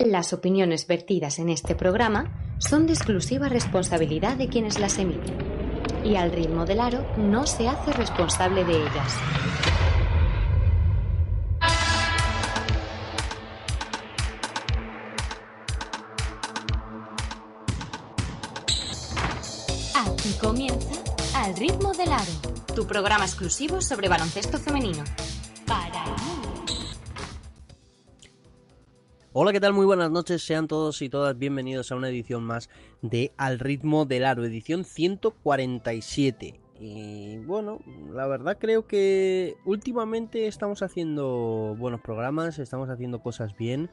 Las opiniones vertidas en este programa son de exclusiva responsabilidad de quienes las emiten, y Al Ritmo del Aro no se hace responsable de ellas. Aquí comienza Al Ritmo del Aro, tu programa exclusivo sobre baloncesto femenino. Para el mundo. Hola, ¿qué tal? Muy buenas noches, sean todos y todas bienvenidos a una edición más de Al Ritmo del Aro, edición 147. Y bueno, la verdad creo que últimamente estamos haciendo buenos programas, estamos haciendo cosas bien,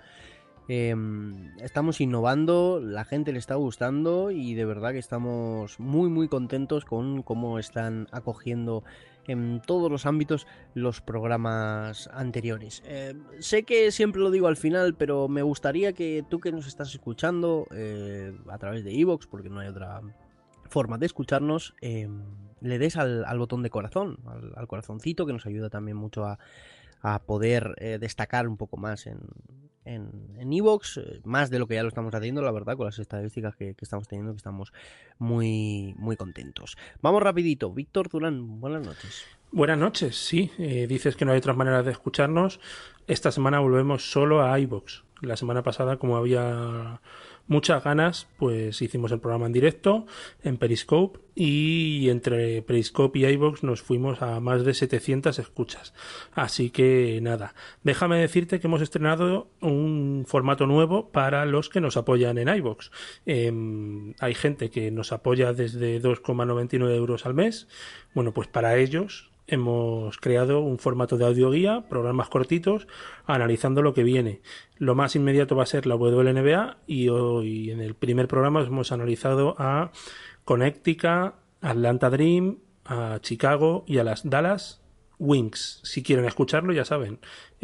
estamos innovando, la gente le está gustando y de verdad que estamos muy contentos con cómo están acogiendo en todos los ámbitos los programas anteriores. Sé que siempre lo digo al final, pero me gustaría que tú que nos estás escuchando a través de iVoox, porque no hay otra forma de escucharnos, le des al botón de corazón, al corazoncito, que nos ayuda también mucho a poder destacar un poco más en iVoox, más de lo que ya lo estamos haciendo, la verdad, con las estadísticas que estamos teniendo, que estamos muy contentos. Vamos rapidito. Víctor Durán, buenas noches. Buenas noches, sí. Dices que no hay otras maneras de escucharnos. Esta semana volvemos solo a iVoox. La semana pasada, como había muchas ganas, pues hicimos el programa en directo, en Periscope, y entre Periscope y iVoox nos fuimos a más de 700 escuchas. Así que nada, déjame decirte que hemos estrenado un formato nuevo para los que nos apoyan en iVoox. Hay gente que nos apoya desde 2,99 euros al mes. Bueno, pues para ellos hemos creado un formato de audioguía, programas cortitos, analizando lo que viene. Lo más inmediato va a ser la WNBA y hoy en el primer programa hemos analizado a Connecticut, Atlanta Dream, a Chicago y a las Dallas Wings. Si quieren escucharlo, ya saben,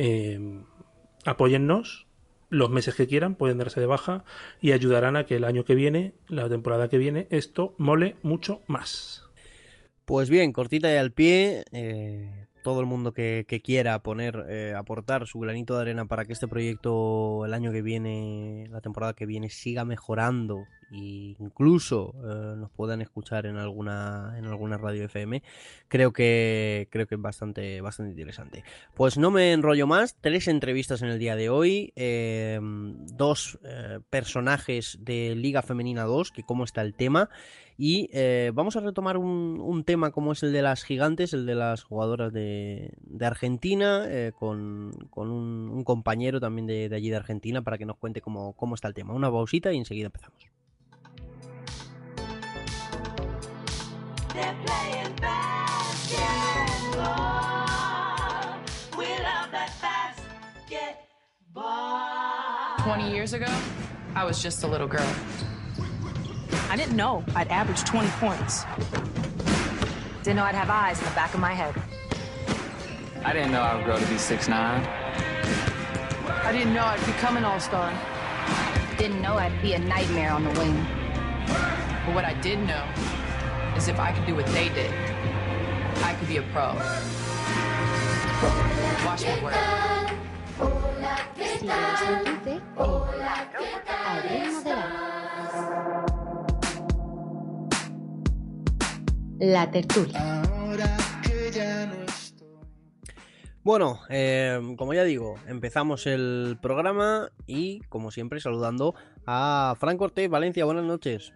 apóyennos los meses que quieran, pueden darse de baja y ayudarán a que el año que viene, la temporada que viene, esto mole mucho más. Pues bien, cortita y al pie, todo el mundo que quiera aportar su granito de arena para que este proyecto el año que viene, la temporada que viene, siga mejorando e incluso nos puedan escuchar en alguna radio FM, creo que es bastante interesante. Pues no me enrollo más, 3 entrevistas en el día de hoy, 2 personajes de Liga Femenina 2, que cómo está el tema. Y vamos a retomar un tema como es el de las gigantes, el de las jugadoras de Argentina, con un compañero también de allí de Argentina, para que nos cuente cómo está el tema. Una pausita y enseguida empezamos. They're playing basketball. We love that basketball. 20 years ago, I was just a little girl. I didn't know I'd average 20 points. Didn't know I'd have eyes in the back of my head. I didn't know I would grow to be 6'9". I didn't know I'd become an all-star. Didn't know I'd be a nightmare on the wing. But what I did know is if I could do what they did, I could be a pro. Watch me work. Síguenos en Twitter Al Ritmo del Aro. La tertulia. Bueno, como ya digo, empezamos el programa y, como siempre, saludando a Fran Cortés, Valencia. Buenas noches.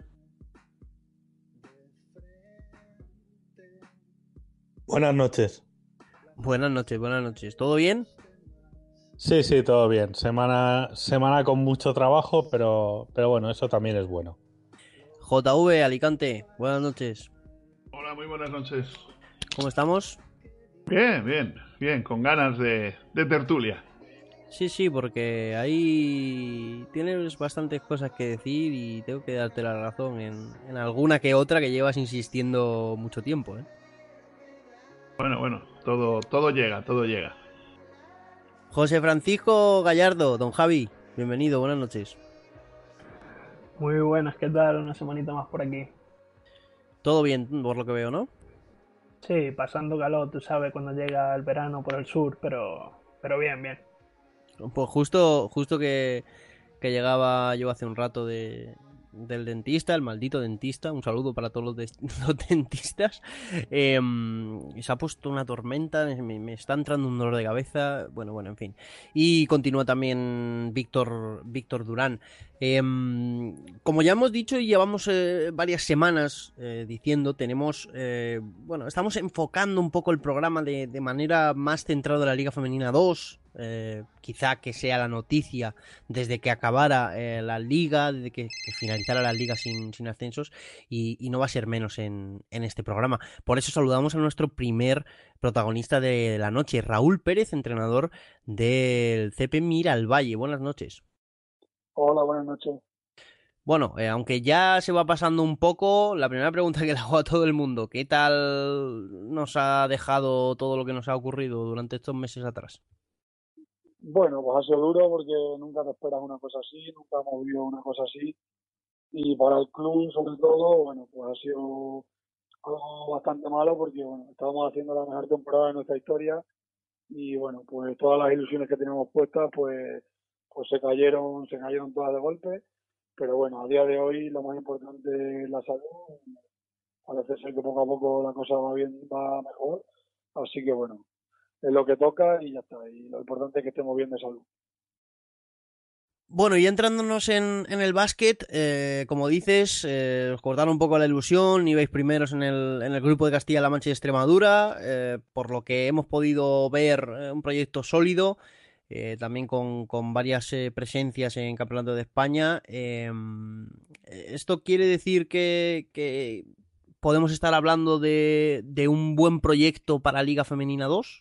Buenas noches. Buenas noches. ¿Todo bien? Sí, todo bien. Semana con mucho trabajo, pero bueno, eso también es bueno. JV, Alicante, buenas noches. Hola, muy buenas noches. ¿Cómo estamos? Bien, con ganas de tertulia. Sí, porque ahí tienes bastantes cosas que decir y tengo que darte la razón en alguna que otra que llevas insistiendo mucho tiempo, ¿eh? Bueno, todo llega. José Francisco Gallardo, don Javi, bienvenido, buenas noches. Muy buenas, ¿qué tal? Una semanita más por aquí. Todo bien, por lo que veo, ¿no? Sí, pasando calor, tú sabes, cuando llega el verano por el sur, pero bien. Pues justo que que llegaba yo hace un rato del dentista, el maldito dentista. Un saludo para todos los dentistas. Y se ha puesto una tormenta, me está entrando un dolor de cabeza. Bueno, en fin. Y continúa también Víctor Durán. Como ya hemos dicho y llevamos varias semanas diciendo, estamos enfocando un poco el programa de manera más centrada en la Liga Femenina 2. Quizá que sea la noticia desde que acabara la liga, desde que finalizara la liga sin ascensos, y no va a ser menos en este programa. Por eso saludamos a nuestro primer protagonista de la noche, Raúl Pérez, entrenador del CP Miralvalle. Buenas noches. Hola, buenas noches. Bueno, aunque ya se va pasando un poco, la primera pregunta que le hago a todo el mundo: ¿qué tal nos ha dejado todo lo que nos ha ocurrido durante estos meses atrás? Bueno, pues ha sido duro porque nunca te esperas una cosa así, nunca hemos vivido una cosa así. Y para el club, sobre todo, bueno, pues ha sido algo bastante malo porque, bueno, estábamos haciendo la mejor temporada de nuestra historia y, bueno, pues todas las ilusiones que teníamos puestas, pues se cayeron todas de golpe. Pero bueno, a día de hoy lo más importante es la salud. Parece ser que poco a poco la cosa va mejor. Así que bueno, es lo que toca y ya está. Y lo importante es que estemos bien de salud. Bueno, y entrándonos en el básquet, como dices, os cortaron un poco la ilusión, ibais primeros en el grupo de Castilla-La Mancha y Extremadura, por lo que hemos podido ver un proyecto sólido, también con varias presencias en Campeonato de España. ¿Esto quiere decir que podemos estar hablando de un buen proyecto para Liga Femenina 2?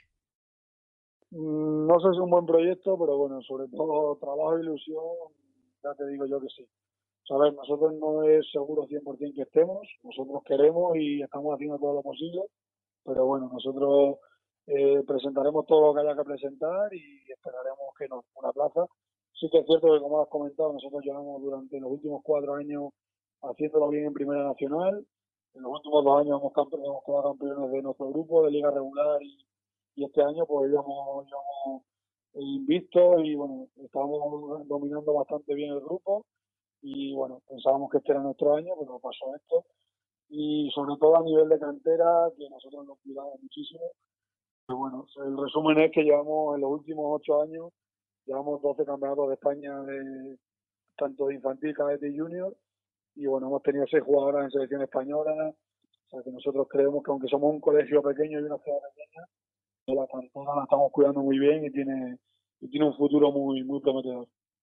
No sé si es un buen proyecto, pero bueno, sobre todo trabajo e ilusión, ya te digo yo que sí. Sabes, nosotros no es seguro 100% que estemos, nosotros queremos y estamos haciendo todo lo posible, pero bueno, nosotros presentaremos todo lo que haya que presentar y esperaremos que nos una plaza. Sí que es cierto que, como has comentado, nosotros llevamos durante los últimos 4 años haciéndolo bien en Primera Nacional. En los últimos 2 años hemos quedado campeones de nuestro grupo, de Liga Regular, y este año pues íbamos invictos y bueno, estábamos dominando bastante bien el grupo y bueno, pensábamos que este era nuestro año, pero pasó esto. Y sobre todo a nivel de cantera, que nosotros nos cuidamos muchísimo. Pero bueno, el resumen es que llevamos en los últimos 8 años, llevamos 12 campeonatos de España, tanto de infantil, cadete y junior, y bueno, hemos tenido 6 jugadoras en selección española. O sea que nosotros creemos que aunque somos un colegio pequeño y una ciudad pequeña, la cantera la estamos cuidando muy bien y tiene un futuro muy prometedor.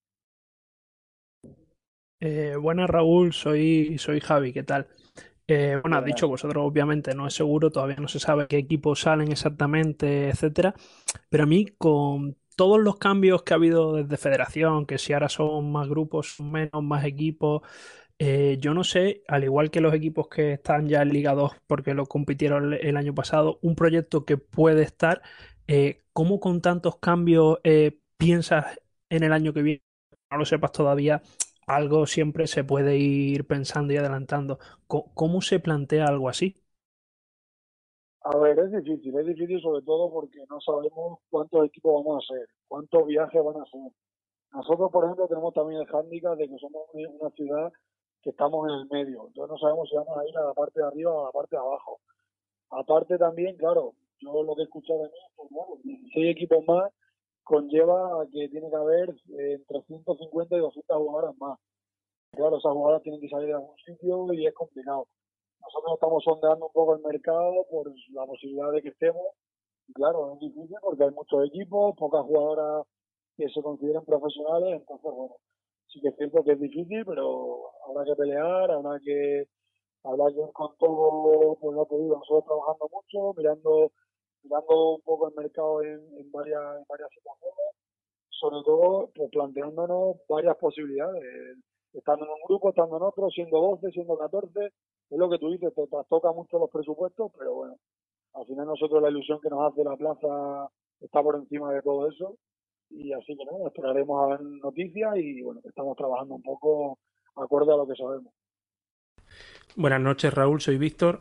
Buenas, Raúl, soy Javi, ¿qué tal? Bueno, has dicho, vosotros obviamente no es seguro, todavía no se sabe qué equipos salen exactamente, etcétera, pero a mí, con todos los cambios que ha habido desde Federación, que si ahora son más grupos, son menos, más equipos, yo no sé, al igual que los equipos que están ya en Liga 2 porque lo compitieron el año pasado, un proyecto que puede estar, ¿cómo con tantos cambios piensas en el año que viene? No lo sepas todavía, algo siempre se puede ir pensando y adelantando. ¿Cómo se plantea algo así? A ver, es difícil sobre todo porque no sabemos cuántos equipos vamos a hacer, cuántos viajes van a ser. Nosotros, por ejemplo, tenemos también el hándicap de que somos una ciudad que estamos en el medio, entonces no sabemos si vamos a ir a la parte de arriba o a la parte de abajo. Aparte también, claro, yo lo que he escuchado de mí es que, bueno, 16 equipos más conlleva a que tiene que haber entre 150 y 200 jugadoras más. Claro, esas jugadoras tienen que salir de algún sitio y es complicado. Nosotros estamos sondeando un poco el mercado por la posibilidad de que estemos. Y claro, es difícil porque hay muchos equipos, pocas jugadoras que se consideren profesionales, entonces bueno, sí que es cierto que es difícil, pero habrá que pelear, habrá que ir con todo, pues ya te digo, nosotros trabajando mucho, mirando un poco el mercado en varias situaciones, sobre todo pues planteándonos varias posibilidades, estando en un grupo, estando en otro, siendo 12, siendo 14, es lo que tú dices, te trastoca mucho los presupuestos, pero bueno, al final nosotros la ilusión que nos hace la plaza está por encima de todo eso, y así que nada, esperaremos a ver noticias y bueno, estamos trabajando un poco acorde a lo que sabemos. Buenas noches, Raúl, soy Víctor.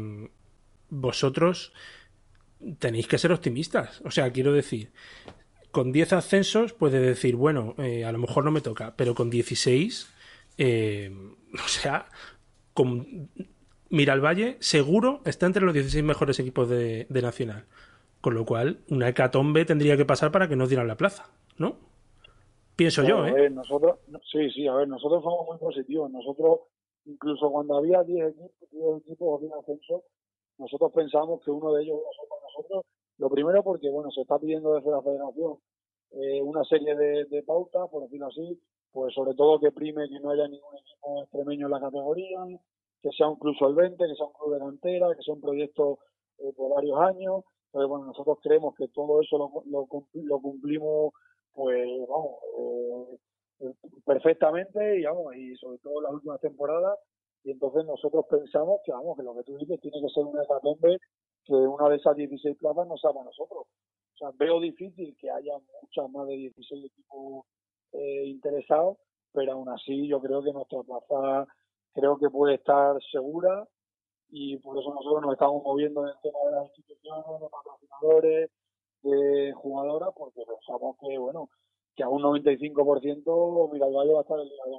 Vosotros tenéis que ser optimistas, o sea, quiero decir, con 10 ascensos puede decir, bueno, a lo mejor no me toca, pero con 16, o sea, con Miralvalle seguro está entre los 16 mejores equipos de Nacional. Con lo cual, una hecatombe tendría que pasar para que nos dieran la plaza, ¿no? Pienso Claro, yo, a ¿eh? ver, sí, a ver, nosotros somos muy positivos. Nosotros, incluso cuando había 10 equipos o 10 ascensos, nosotros pensamos que uno de ellos iba a ser para nosotros. Lo primero porque, bueno, se está pidiendo desde la federación una serie de pautas, por decirlo así, pues sobre todo que prime que no haya ningún equipo extremeño en la categoría, que sea un club solvente, que sea un club de cantera, que sea un proyecto de varios años. Entonces, bueno, nosotros creemos que todo eso lo cumplimos, pues, vamos, perfectamente, y, vamos, y sobre todo en las últimas temporadas. Y entonces nosotros pensamos que, vamos, que lo que tú dices tiene que ser una hecatombe, que una de esas 16 plazas no sea para nosotros. O sea, veo difícil que haya muchas más de 16 equipos interesados, pero aún así yo creo que nuestra plaza creo que puede estar segura, y por eso nosotros nos estamos moviendo en el tema de las instituciones, de patrocinadores, de jugadoras, porque pensamos que, bueno, que a un 95% Miralvalle va a estar en Liga 2.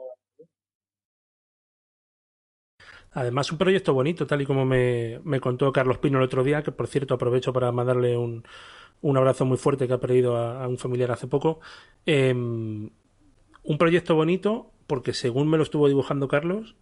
Además, un proyecto bonito, tal y como me contó Carlos Pino el otro día, que por cierto aprovecho para mandarle un abrazo muy fuerte, que ha perdido a un familiar hace poco. Un proyecto bonito porque, según me lo estuvo dibujando Carlos,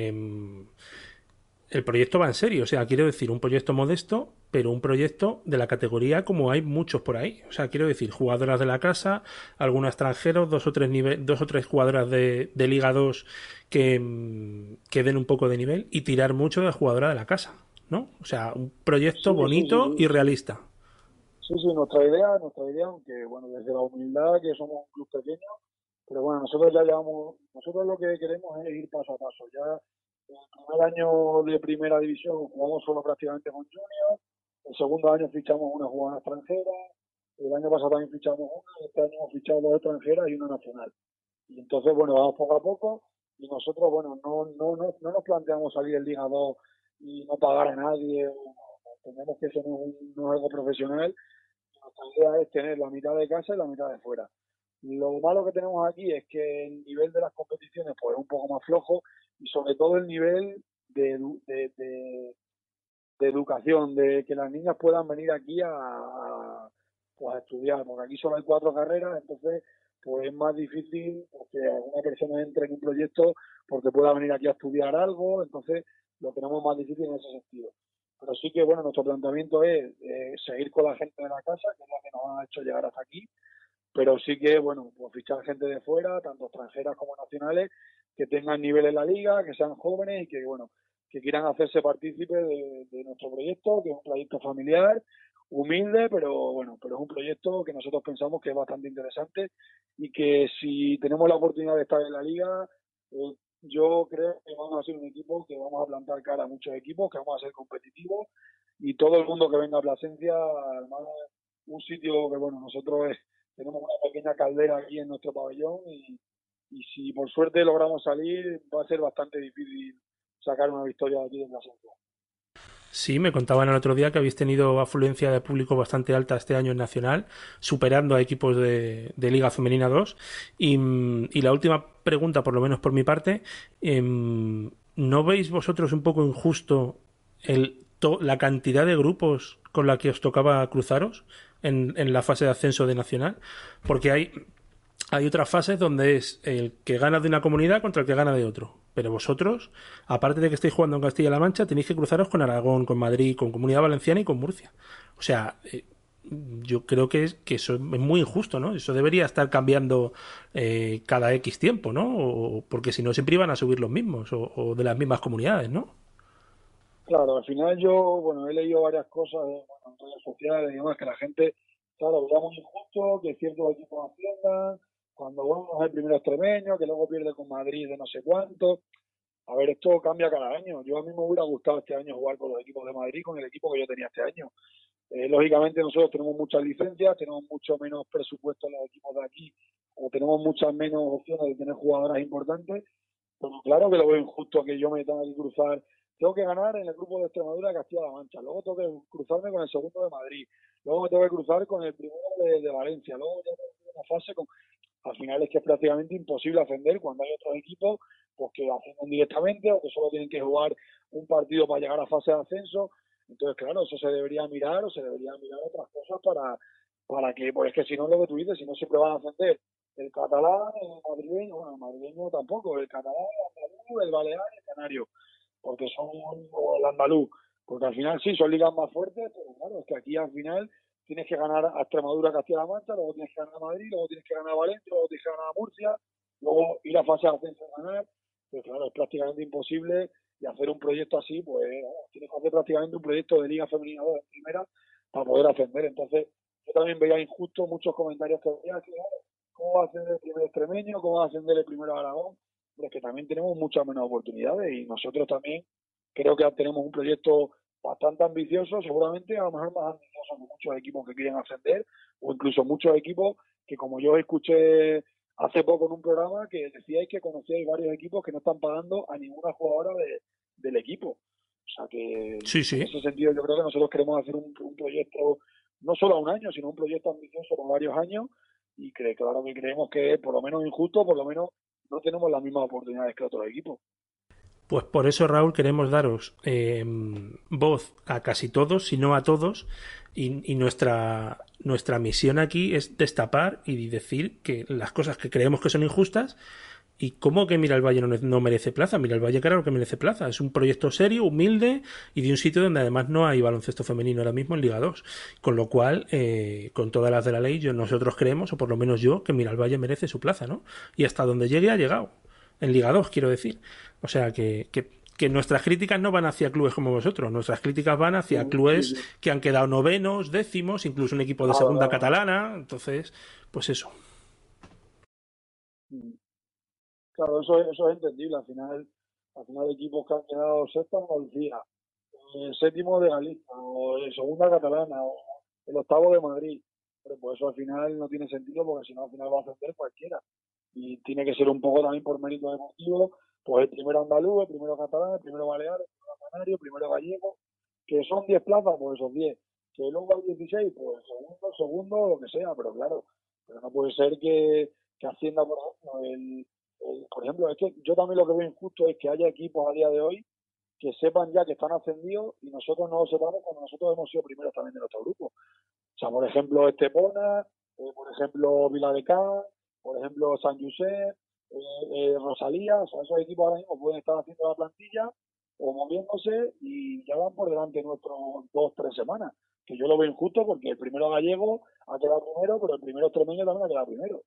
el proyecto va en serio. O sea, quiero decir, un proyecto modesto, pero un proyecto de la categoría como hay muchos por ahí. O sea, quiero decir, jugadoras de la casa, algunos extranjeros, dos o tres jugadoras de Liga 2 que den un poco de nivel, y tirar mucho de jugadora de la casa, ¿no? O sea, un proyecto bonito y realista. Sí, nuestra idea, aunque, bueno, desde la humildad, que somos un club pequeño, pero bueno, nosotros lo que queremos es ir paso a paso. Ya el primer año de primera división jugamos solo prácticamente con juniors, el segundo año fichamos una jugadora extranjera, el año pasado también fichamos una, y este año hemos fichado dos extranjeras y una nacional. Y entonces, bueno, vamos poco a poco, y nosotros, bueno, no nos planteamos salir en Liga 2 y no pagar a nadie. Entendemos que eso no es algo profesional. Nuestra idea es tener la mitad de casa y la mitad de fuera. Lo malo que tenemos aquí es que el nivel de las competiciones pues es un poco más flojo, y sobre todo el nivel de educación, de que las niñas puedan venir aquí pues, a estudiar, porque aquí solo hay 4 carreras. Entonces pues es más difícil que alguna persona entre en un proyecto porque pueda venir aquí a estudiar algo. Entonces lo tenemos más difícil en ese sentido. Pero sí que, bueno, nuestro planteamiento es seguir con la gente de la casa, que es la que nos ha hecho llegar hasta aquí, pero sí que, bueno, pues fichar gente de fuera, tanto extranjeras como nacionales, que tengan nivel en la liga, que sean jóvenes y que, bueno, que quieran hacerse partícipes de nuestro proyecto, que es un proyecto familiar, humilde, pero bueno, pero es un proyecto que nosotros pensamos que es bastante interesante, y que si tenemos la oportunidad de estar en la liga, yo creo que vamos a ser un equipo que vamos a plantar cara a muchos equipos, que vamos a ser competitivos, y todo el mundo que venga a Plasencia, además, un sitio que, bueno, nosotros tenemos una pequeña caldera aquí en nuestro pabellón, y si por suerte logramos salir, va a ser bastante difícil sacar una victoria de aquí de Plasencia. Sí, me contaban el otro día que habéis tenido afluencia de público bastante alta este año en Nacional, superando a equipos de Liga Femenina 2. Y la última pregunta, por lo menos por mi parte, ¿no veis vosotros un poco injusto la cantidad de grupos con la que os tocaba cruzaros en la fase de ascenso de Nacional? Porque hay otras fases donde es el que gana de una comunidad contra el que gana de otro. Pero vosotros, aparte de que estéis jugando en Castilla-La Mancha, tenéis que cruzaros con Aragón, con Madrid, con Comunidad Valenciana y con Murcia. O sea, yo creo que eso es muy injusto, ¿no? Eso debería estar cambiando cada X tiempo, ¿no? Porque si no, siempre iban a subir los mismos o de las mismas comunidades, ¿no? Claro, al final bueno, he leído varias cosas bueno, en redes sociales y demás, que la gente, claro, veía muy injusto que ciertos equipos asciendan, cuando bueno, es el primero extremeño, que luego pierde con Madrid de no sé cuánto. A ver, esto cambia cada año. Yo, a mí me hubiera gustado este año jugar con los equipos de Madrid, con el equipo que yo tenía este año. Lógicamente nosotros tenemos muchas licencias, tenemos mucho menos presupuesto en los equipos de aquí, o tenemos muchas menos opciones de tener jugadoras importantes, pero claro que lo veo injusto que yo me tenga que cruzar tengo que ganar en el grupo de Extremadura Castilla-La Mancha, luego tengo que cruzarme con el segundo de Madrid, luego me tengo que cruzar con el primero de Valencia, luego ya tengo que ir a una fase con... Al final es que es prácticamente imposible ascender cuando hay otros equipos pues que ascienden directamente o que solo tienen que jugar un partido para llegar a fase de ascenso. Entonces, claro, eso se debería mirar o se deberían mirar otras cosas para que, pues es que si no, lo que tú dices, si no siempre van a ascender el catalán, el madrileño, bueno, el madrileño tampoco, el catalán, el andaluz, el balear y el canario, porque son, o el andaluz, porque al final sí, son ligas más fuertes, pero claro, es que aquí al final tienes que ganar a Extremadura, Castilla-La Mancha, luego tienes que ganar a Madrid, luego tienes que ganar a Valencia, luego tienes que ganar a Murcia, luego ir a fase de ascenso a ganar, pues claro, es prácticamente imposible y hacer un proyecto así, pues tienes que hacer prácticamente un proyecto de Liga Femenina 2 en primera para poder ascender. Entonces, yo también veía injusto muchos comentarios que veía que cómo va a ascender el primer extremeño, cómo va a ascender el primero de Aragón, pero es que también tenemos muchas menos oportunidades y nosotros también creo que tenemos un proyecto bastante ambicioso, seguramente a lo mejor más ambicioso que muchos equipos que quieren ascender o incluso muchos equipos que, como yo escuché hace poco en un programa, que decíais que conocíais varios equipos que no están pagando a ninguna jugadora del equipo. O sea que Sí, sí. en ese sentido yo creo que nosotros queremos hacer un proyecto no solo a un año, sino un proyecto ambicioso por varios años y que claro que creemos que es por lo menos injusto, por lo menos no tenemos las mismas oportunidades que otros equipos. Pues por eso, Raúl, queremos daros voz a casi todos, si no a todos, y nuestra misión aquí es destapar y decir que las cosas que creemos que son injustas. ¿Y cómo que Miralvalle no merece plaza? Miralvalle, claro que merece plaza. Es un proyecto serio, humilde y de un sitio donde además no hay baloncesto femenino ahora mismo en Liga 2. Con lo cual, con todas las de la ley, nosotros creemos, o por lo menos yo, que Miralvalle merece su plaza, ¿no? Y hasta donde llegue ha llegado. En Liga 2, quiero decir. O sea, que nuestras críticas no van hacia clubes como vosotros. Nuestras críticas van hacia clubes que han quedado novenos, décimos, incluso un equipo de segunda catalana. Entonces, pues eso. Claro, eso es entendible. Al final equipos que han quedado sexto en Andalucía, séptimo de Galicia, o el segunda catalana, o el octavo de Madrid. Pero pues eso al final no tiene sentido porque si no al final va a ascender cualquiera. Y tiene que ser un poco también por mérito deportivo, pues el primero andaluz, el primero catalán, el primero balear, el primero canario, el primero gallego, que son 10 plazas, pues esos 10. Que luego hay 16, pues segundo, lo que sea, pero claro, pero no puede ser que ascienda, por ejemplo, por ejemplo, es que yo también lo que veo injusto es que haya equipos a día de hoy que sepan ya que están ascendidos y nosotros no lo sepamos cuando nosotros hemos sido primeros también de nuestro grupo. O sea, por ejemplo, Estepona, por ejemplo, Viladecans, por ejemplo, San Josep, Rosalía, o sea, esos equipos ahora mismo pueden estar haciendo la plantilla o moviéndose y ya van por delante nuestros 2-3 semanas. Que yo lo veo injusto porque el primero gallego ha quedado primero, pero el primero extremeño también ha quedado primero.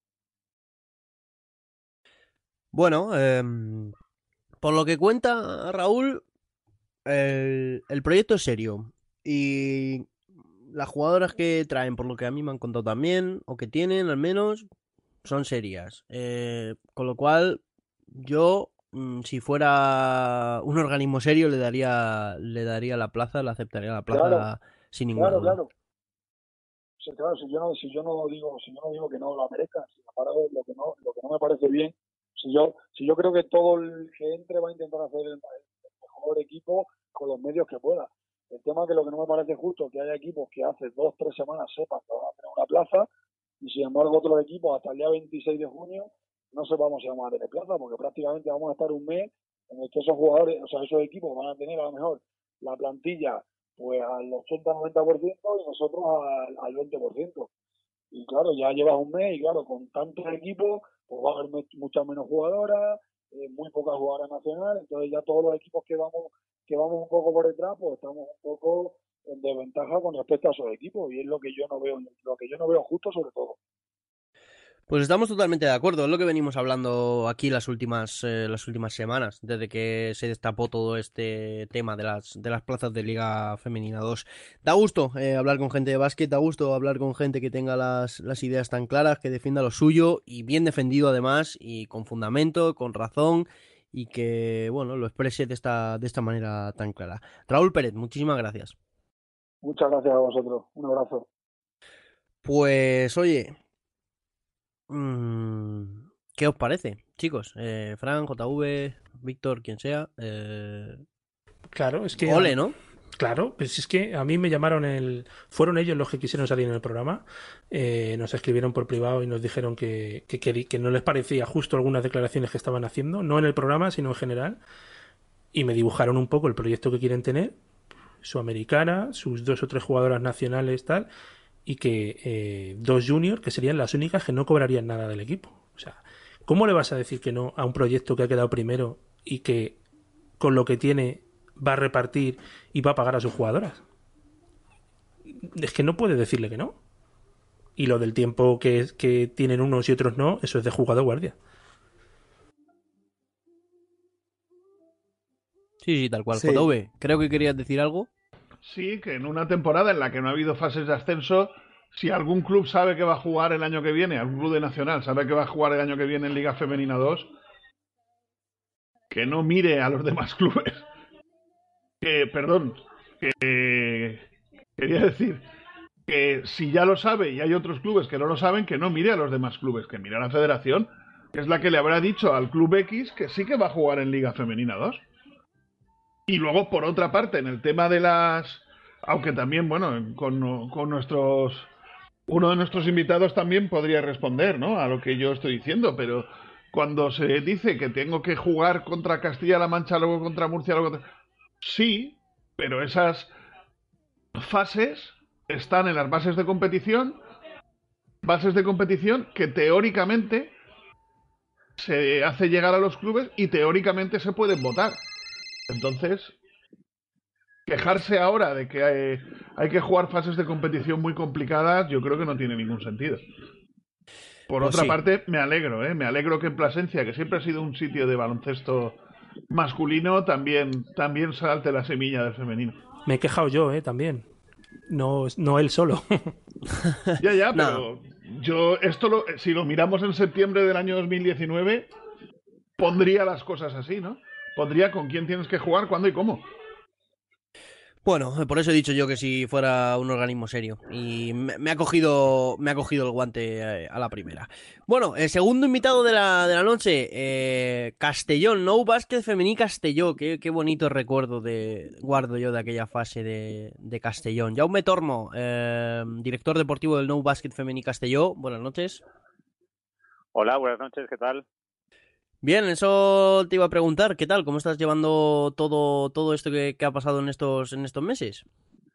Bueno, por lo que cuenta Raúl, el proyecto es serio. Y las jugadoras que traen, por lo que a mí me han contado también, o que tienen al menos, son serias. Con lo cual, yo, si fuera un organismo serio, le daría la plaza, le aceptaría la plaza Claro, sin ninguna duda. claro. O sea, claro, si yo no digo que no la merezca, sin embargo, lo que no me parece bien, si yo creo que todo el que entre va a intentar hacer el mejor equipo con los medios que pueda. El tema es que lo que no me parece justo es que haya equipos que hace 2-3 semanas sepan que van a tener una plaza y sin embargo otros equipos hasta el día 26 de junio no sepamos si vamos a tener plaza, porque prácticamente vamos a estar un mes en el que esos jugadores, o sea, esos equipos van a tener a lo mejor la plantilla pues al 80-90% y nosotros al 20%. Y claro, ya llevas un mes y claro, con tantos equipos, pues va a haber muchas menos jugadoras, muy pocas jugadoras nacionales, entonces ya todos los equipos que vamos un poco por detrás, pues estamos un poco en desventaja con respecto a esos equipos y es lo que yo no veo justo sobre todo. Pues estamos totalmente de acuerdo, es lo que venimos hablando aquí las últimas semanas, desde que se destapó todo este tema de las plazas de Liga Femenina 2. Da gusto hablar con gente de básquet, da gusto hablar con gente que tenga las ideas tan claras, que defienda lo suyo y bien defendido además, y con fundamento, con razón, y que, bueno, lo exprese de esta manera tan clara. Raúl Pérez, muchísimas gracias. Muchas gracias a vosotros, un abrazo. Pues oye, ¿qué os parece, chicos? Fran, JV, Víctor, quien sea. Claro, es que... Ole, ¿no? Claro, pues es que a mí me llamaron fueron ellos los que quisieron salir en el programa, nos escribieron por privado y nos dijeron que no les parecía justo algunas declaraciones que estaban haciendo, no en el programa, sino en general, y me dibujaron un poco el proyecto que quieren tener, su americana, sus 2 o 3 jugadoras nacionales, tal, y que 2 juniors, que serían las únicas que no cobrarían nada del equipo. O sea, ¿cómo le vas a decir que no a un proyecto que ha quedado primero y que con lo que tiene va a repartir y va a pagar a sus jugadoras? Es que no puede decirle que no. Y lo del tiempo que tienen unos y otros no, eso es de jugador guardia. Sí, tal cual. Sí. JV, creo que querías decir algo. Sí, que en una temporada en la que no ha habido fases de ascenso, si algún club sabe que va a jugar el año que viene, algún club de Nacional sabe que va a jugar el año que viene en Liga Femenina 2, que no mire a los demás clubes. Quería decir que si ya lo sabe y hay otros clubes que no lo saben, que no mire a los demás clubes, que mire a la federación, que es la que le habrá dicho al club X que sí que va a jugar en Liga Femenina 2. Y luego, por otra parte, en el tema de las... Aunque también, bueno, con nuestros... Uno de nuestros invitados también podría responder, ¿no?, a lo que yo estoy diciendo, pero cuando se dice que tengo que jugar contra Castilla-La Mancha, luego contra Murcia, luego contra... Sí, pero esas fases están en las bases de competición que teóricamente se hace llegar a los clubes y teóricamente se pueden votar. Entonces, quejarse ahora de que hay que jugar fases de competición muy complicadas, yo creo que no tiene ningún sentido. Por Pues otra sí. parte, me alegro que en Plasencia, que siempre ha sido un sitio de baloncesto masculino, también salte la semilla del femenino. Me he quejado yo, también. No él solo. Ya, No. pero yo si lo miramos en septiembre del año 2019, pondría las cosas así, ¿no? Pondría con quién tienes que jugar, cuándo y cómo. Bueno, por eso he dicho yo que si fuera un organismo serio. Y me ha cogido el guante a la primera. Bueno, el segundo invitado de la noche, Castellón, Nou Básquet Femení Castelló. Qué bonito recuerdo guardo yo de aquella fase de Castellón. Jaume Tormo, director deportivo del Nou Básquet Femení Castelló. Buenas noches. Hola, buenas noches, ¿qué tal? Bien, eso te iba a preguntar, ¿qué tal? ¿Cómo estás llevando todo esto que ha pasado en estos meses?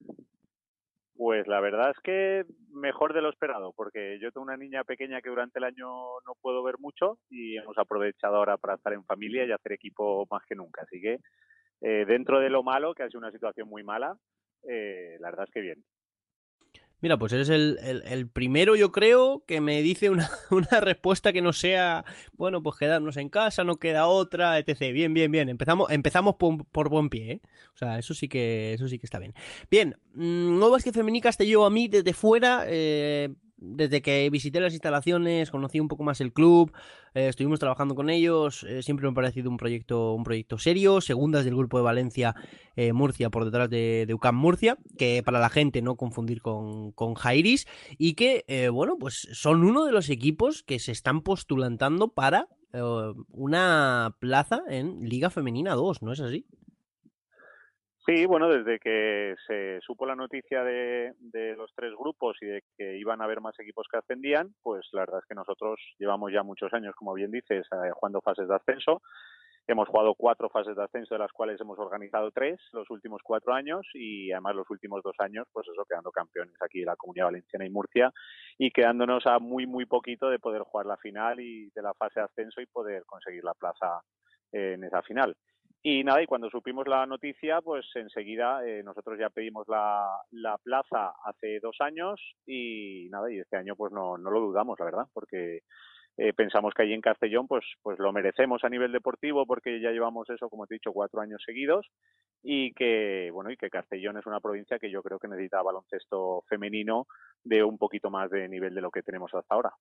Pues la verdad es que mejor de lo esperado, porque yo tengo una niña pequeña que durante el año no puedo ver mucho y hemos aprovechado ahora para estar en familia y hacer equipo más que nunca. Así que dentro de lo malo, que ha sido una situación muy mala, la verdad es que bien. Mira, pues eres el primero, yo creo, que me dice una respuesta que no sea, bueno, pues quedarnos en casa, no queda otra, etc. Bien. Empezamos por buen pie, ¿eh? O sea, eso sí que está bien. Bien, No Básquet Femení Castelló, a mí desde fuera, desde que visité las instalaciones, conocí un poco más el club, estuvimos trabajando con ellos, siempre me ha parecido un proyecto serio, segundas del grupo de Valencia, Murcia por detrás de UCAM Murcia, que para la gente no confundir con Jairis, y que, bueno, pues son uno de los equipos que se están postulando para una plaza en Liga Femenina 2, ¿no es así? Sí, bueno, desde que se supo la noticia de los 3 grupos y de que iban a haber más equipos que ascendían, pues la verdad es que nosotros llevamos ya muchos años, como bien dices, jugando fases de ascenso. Hemos jugado 4 fases de ascenso, de las cuales hemos organizado 3 los últimos 4 años y además los últimos 2 años, pues eso, quedando campeones aquí de la Comunidad Valenciana y Murcia y quedándonos a muy poquito de poder jugar la final y de la fase de ascenso y poder conseguir la plaza en esa final. Y nada, y cuando supimos la noticia, pues enseguida nosotros ya pedimos la plaza hace 2 años y nada, y este año pues no lo dudamos, la verdad, porque pensamos que allí en Castellón pues lo merecemos a nivel deportivo porque ya llevamos eso, como te he dicho, 4 años seguidos y que Castellón es una provincia que yo creo que necesita baloncesto femenino de un poquito más de nivel de lo que tenemos hasta ahora.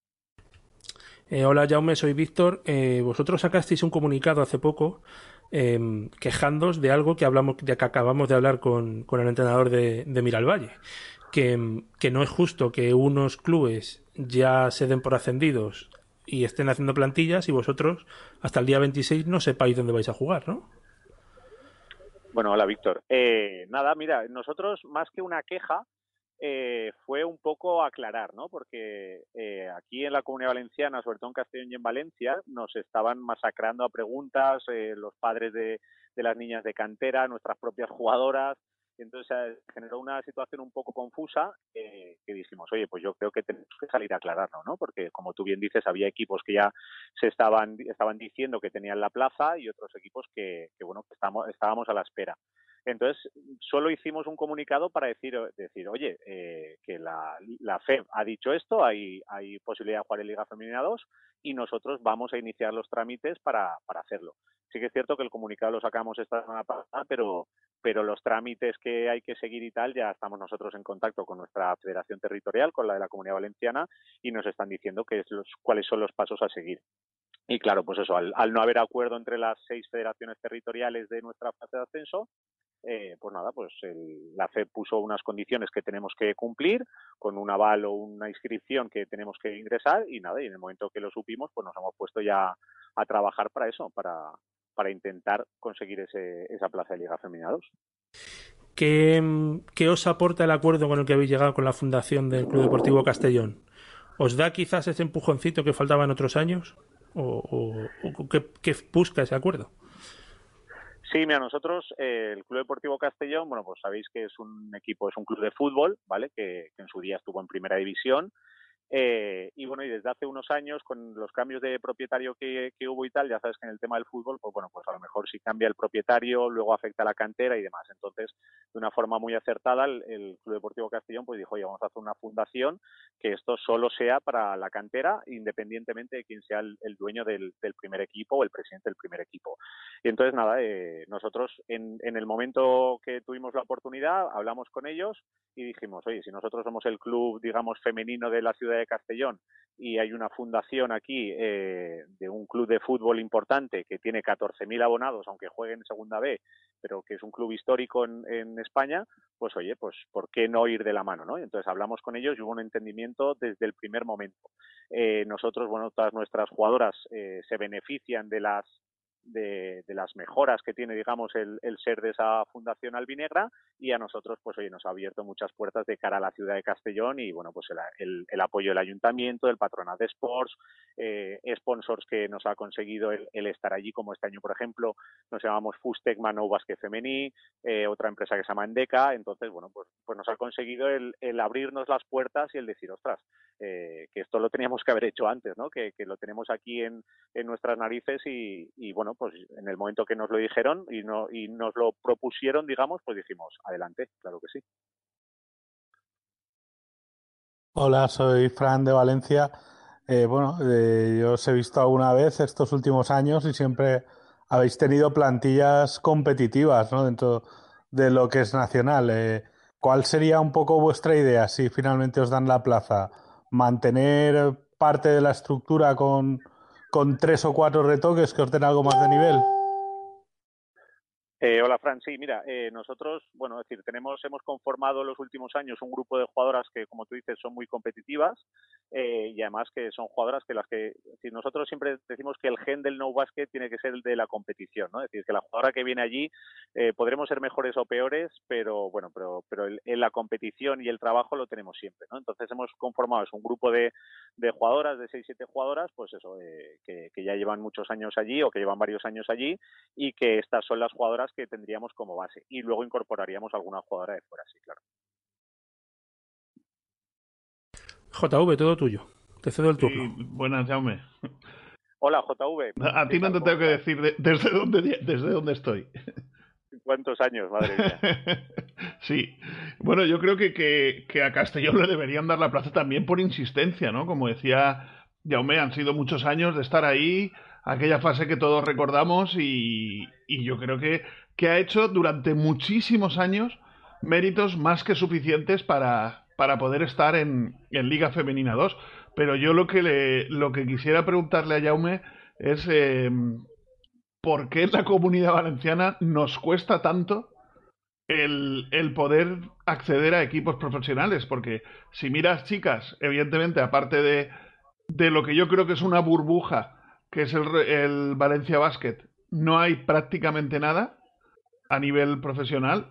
Hola Jaume, soy Víctor. Vosotros sacasteis un comunicado hace poco quejándoos de algo que acabamos de hablar con el entrenador de Miralvalle, que no es justo que unos clubes ya se den por ascendidos y estén haciendo plantillas y vosotros hasta el día 26 no sepáis dónde vais a jugar, ¿no? Bueno, hola Víctor. Nada, mira, nosotros más que una queja fue un poco aclarar, ¿no? Porque aquí en la Comunidad Valenciana, sobre todo en Castellón y en Valencia, nos estaban masacrando a preguntas los padres de las niñas de cantera, nuestras propias jugadoras. Y entonces generó una situación un poco confusa que dijimos, oye, pues yo creo que tenemos que salir a aclararlo, ¿no? Porque como tú bien dices, había equipos que ya estaban diciendo que tenían la plaza y otros equipos que bueno, que estábamos a la espera. Entonces, solo hicimos un comunicado para decir oye, que la FEB ha dicho esto, hay posibilidad de jugar en Liga Femenina 2 y nosotros vamos a iniciar los trámites para hacerlo. Sí que es cierto que el comunicado lo sacamos esta semana pasada, pero los trámites que hay que seguir y tal, ya estamos nosotros en contacto con nuestra federación territorial, con la de la Comunidad Valenciana, y nos están diciendo cuáles son los pasos a seguir. Y claro, pues eso, al no haber acuerdo entre las 6 federaciones territoriales de nuestra fase de ascenso, pues nada, pues la FEB puso unas condiciones que tenemos que cumplir, con un aval o una inscripción que tenemos que ingresar, y nada, y en el momento que lo supimos, pues nos hemos puesto ya a trabajar para eso, para intentar conseguir esa plaza de Liga Femenina 2. ¿Qué os aporta el acuerdo con el que habéis llegado con la fundación del Club Deportivo Castellón? ¿Os da quizás ese empujoncito que faltaba en otros años? ¿O qué busca ese acuerdo? Sí, mira, nosotros, el Club Deportivo Castellón, bueno, pues sabéis que es un club de fútbol, ¿vale? Que en su día estuvo en primera división. Y bueno, y desde hace unos años, con los cambios de propietario que hubo y tal, ya sabes que en el tema del fútbol, pues bueno, pues a lo mejor si cambia el propietario, luego afecta a la cantera y demás. Entonces, de una forma muy acertada, el Club Deportivo Castellón pues dijo, oye, vamos a hacer una fundación que esto solo sea para la cantera, independientemente de quién sea el dueño del primer equipo o el presidente del primer equipo. Y entonces, nada, nosotros en el momento que tuvimos la oportunidad, hablamos con ellos y dijimos, oye, si nosotros somos el club, digamos, femenino de la ciudad de Castellón y hay una fundación aquí de un club de fútbol importante que tiene 14.000 abonados, aunque juegue en Segunda B, pero que es un club histórico en España, pues oye, pues ¿por qué no ir de la mano, no? Y entonces hablamos con ellos y hubo un entendimiento desde el primer momento. Nosotros, bueno, todas nuestras jugadoras se benefician de las mejoras que tiene, digamos, el ser de esa fundación albinegra, y a nosotros, pues oye, nos ha abierto muchas puertas de cara a la ciudad de Castellón y, bueno, pues el apoyo del ayuntamiento, del Patronat de Sports, sponsors que nos ha conseguido el estar allí, como este año, por ejemplo, nos llamamos Fustec Manou Basket Femení, otra empresa que se llama Endeca. Entonces, bueno, pues nos ha conseguido el abrirnos las puertas y el decir, ostras, que esto lo teníamos que haber hecho antes, ¿no? Que lo tenemos aquí en nuestras narices y bueno, pues en el momento que nos lo dijeron y nos lo propusieron, digamos, pues dijimos, adelante, claro que sí. Hola, soy Fran de Valencia. Yo os he visto alguna vez estos últimos años y siempre habéis tenido plantillas competitivas, ¿no? Dentro de lo que es nacional. ¿Cuál sería un poco vuestra idea si finalmente os dan la plaza? ¿Mantener parte de la estructura con 3 o 4 retoques que os den algo más de nivel? Hola, Fran. Sí, mira, nosotros, bueno, es decir, hemos conformado en los últimos años un grupo de jugadoras que, como tú dices, son muy competitivas y además que son jugadoras es decir, nosotros siempre decimos que el gen del no basket tiene que ser el de la competición, ¿no? Es decir, que la jugadora que viene allí podremos ser mejores o peores, pero bueno, pero en la competición y el trabajo lo tenemos siempre, ¿no? Entonces hemos conformado un grupo de jugadoras, de 6-7 jugadoras, pues eso, que ya llevan muchos años allí o que llevan varios años allí, y que estas son las jugadoras que tendríamos como base y luego incorporaríamos alguna jugadora de fuera, sí, claro. JV, todo tuyo. Te cedo el turno. Buenas, Jaume. Hola, JV. A ti no te tengo que decir desde dónde estoy. ¿Cuántos años, madre mía? Sí. Bueno, yo creo que a Castellón le deberían dar la plaza también por insistencia, ¿no? Como decía Jaume, han sido muchos años de estar ahí, aquella fase que todos recordamos y yo creo que ha hecho durante muchísimos años méritos más que suficientes para poder estar en Liga Femenina 2. Pero yo lo que quisiera preguntarle a Jaume es ¿por qué en la Comunidad Valenciana nos cuesta tanto el poder acceder a equipos profesionales? Porque si miras, chicas, evidentemente, aparte de lo que yo creo que es una burbuja, que es el Valencia Basket, no hay prácticamente nada. a nivel profesional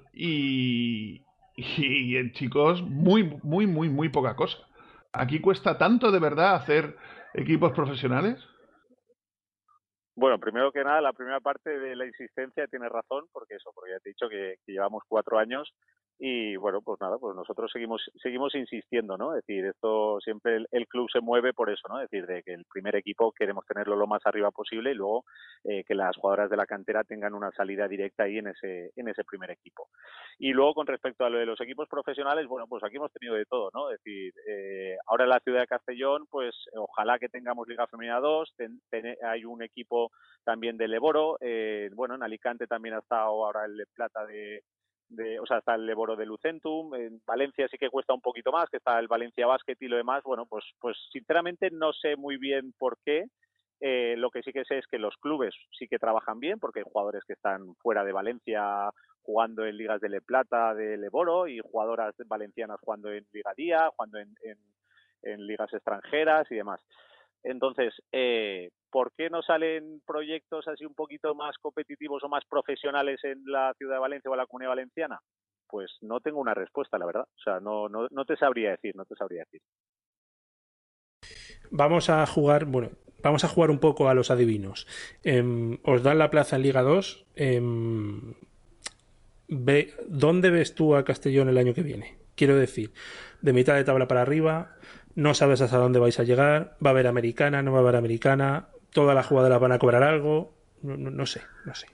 y en chicos muy poca cosa. Aquí cuesta tanto de verdad hacer equipos profesionales. Bueno, primero que nada, la primera parte de la insistencia tiene razón, porque ya te he dicho que llevamos 4 años y bueno, pues nada, pues nosotros seguimos insistiendo, ¿no? Es decir, esto siempre el club se mueve por eso, ¿no? Es decir, de que el primer equipo queremos tenerlo lo más arriba posible y luego que las jugadoras de la cantera tengan una salida directa ahí en ese primer equipo. Y luego con respecto a lo de los equipos profesionales, bueno, pues aquí hemos tenido de todo, ¿no? Es decir, ahora en la ciudad de Castellón, pues ojalá que tengamos Liga Femenina 2, hay un equipo también de Leboro, bueno, en Alicante también ha estado ahora el Plata o sea, está el Leboro de Lucentum, en Valencia sí que cuesta un poquito más, que está el Valencia Basket y lo demás, bueno, pues sinceramente no sé muy bien por qué. Lo que sí que sé es que los clubes sí que trabajan bien, porque hay jugadores que están fuera de Valencia jugando en ligas de Le Plata, de Leboro, y jugadoras valencianas jugando en Liga Día, jugando en ligas extranjeras y demás. Entonces, ¿por qué no salen proyectos así un poquito más competitivos o más profesionales en la ciudad de Valencia o en la Comunidad Valenciana? Pues no tengo una respuesta, la verdad. O sea, no te sabría decir, no te sabría decir. Vamos a jugar, bueno, vamos a jugar un poco a los adivinos. Os dan la plaza en Liga 2. ¿Dónde ves tú a Castellón el año que viene? Quiero decir, de mitad de tabla para arriba, no sabes hasta dónde vais a llegar, va a haber americana, no va a haber americana, todas las jugadoras van a cobrar algo, no sé.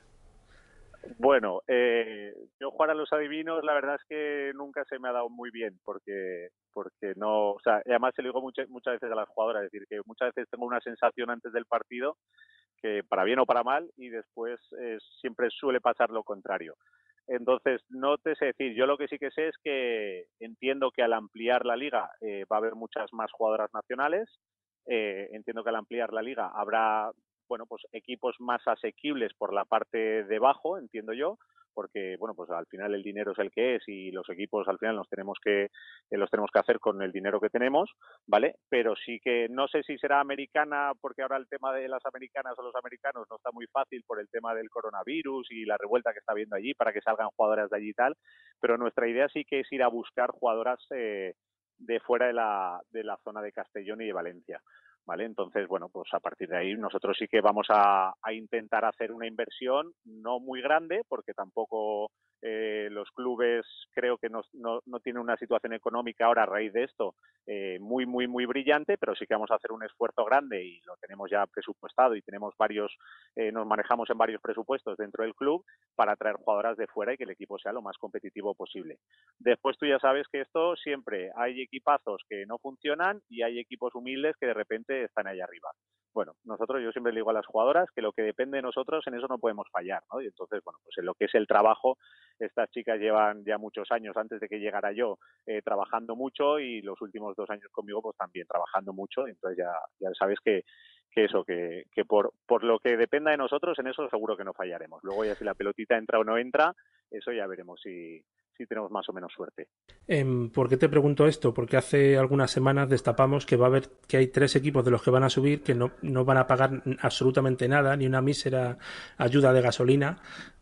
Bueno, yo jugar a los adivinos, la verdad es que nunca se me ha dado muy bien, porque no, o sea, además se lo digo muchas veces a las jugadoras, es decir, que muchas veces tengo una sensación antes del partido que para bien o para mal y después siempre suele pasar lo contrario. Entonces, no te sé decir, yo lo que sí que sé es que entiendo que al ampliar la liga va a haber muchas más jugadoras nacionales, entiendo que al ampliar la liga habrá, bueno, pues equipos más asequibles por la parte de abajo, entiendo yo, porque, bueno, pues al final el dinero es el que es y los equipos al final los tenemos que hacer con el dinero que tenemos, ¿vale? Pero sí que no sé si será americana, porque ahora el tema de las americanas o los americanos no está muy fácil por el tema del coronavirus y la revuelta que está habiendo allí para que salgan jugadoras de allí y tal, pero nuestra idea sí que es ir a buscar jugadoras de fuera de la zona de Castellón y de Valencia. ¿Vale? Entonces, bueno, pues a partir de ahí nosotros sí que vamos a intentar hacer una inversión no muy grande, porque tampoco los clubes creo que no tienen una situación económica ahora a raíz de esto muy brillante, pero sí que vamos a hacer un esfuerzo grande y lo tenemos ya presupuestado y tenemos nos manejamos en varios presupuestos dentro del club para traer jugadoras de fuera y que el equipo sea lo más competitivo posible. Después tú ya sabes que esto siempre hay equipazos que no funcionan y hay equipos humildes que de repente están ahí arriba. Bueno, yo siempre le digo a las jugadoras que lo que depende de nosotros, en eso no podemos fallar, ¿no? Y entonces, bueno, pues en lo que es el trabajo, estas chicas llevan ya muchos años antes de que llegara yo trabajando mucho y los últimos 2 años conmigo pues también trabajando mucho, entonces ya sabes que por lo que dependa de nosotros, en eso seguro que no fallaremos. Luego ya si la pelotita entra o no entra, eso ya veremos si tenemos más o menos suerte. ¿Por qué te pregunto esto? Porque hace algunas semanas destapamos que hay 3 equipos de los que van a subir que no van a pagar absolutamente nada, ni una mísera ayuda de gasolina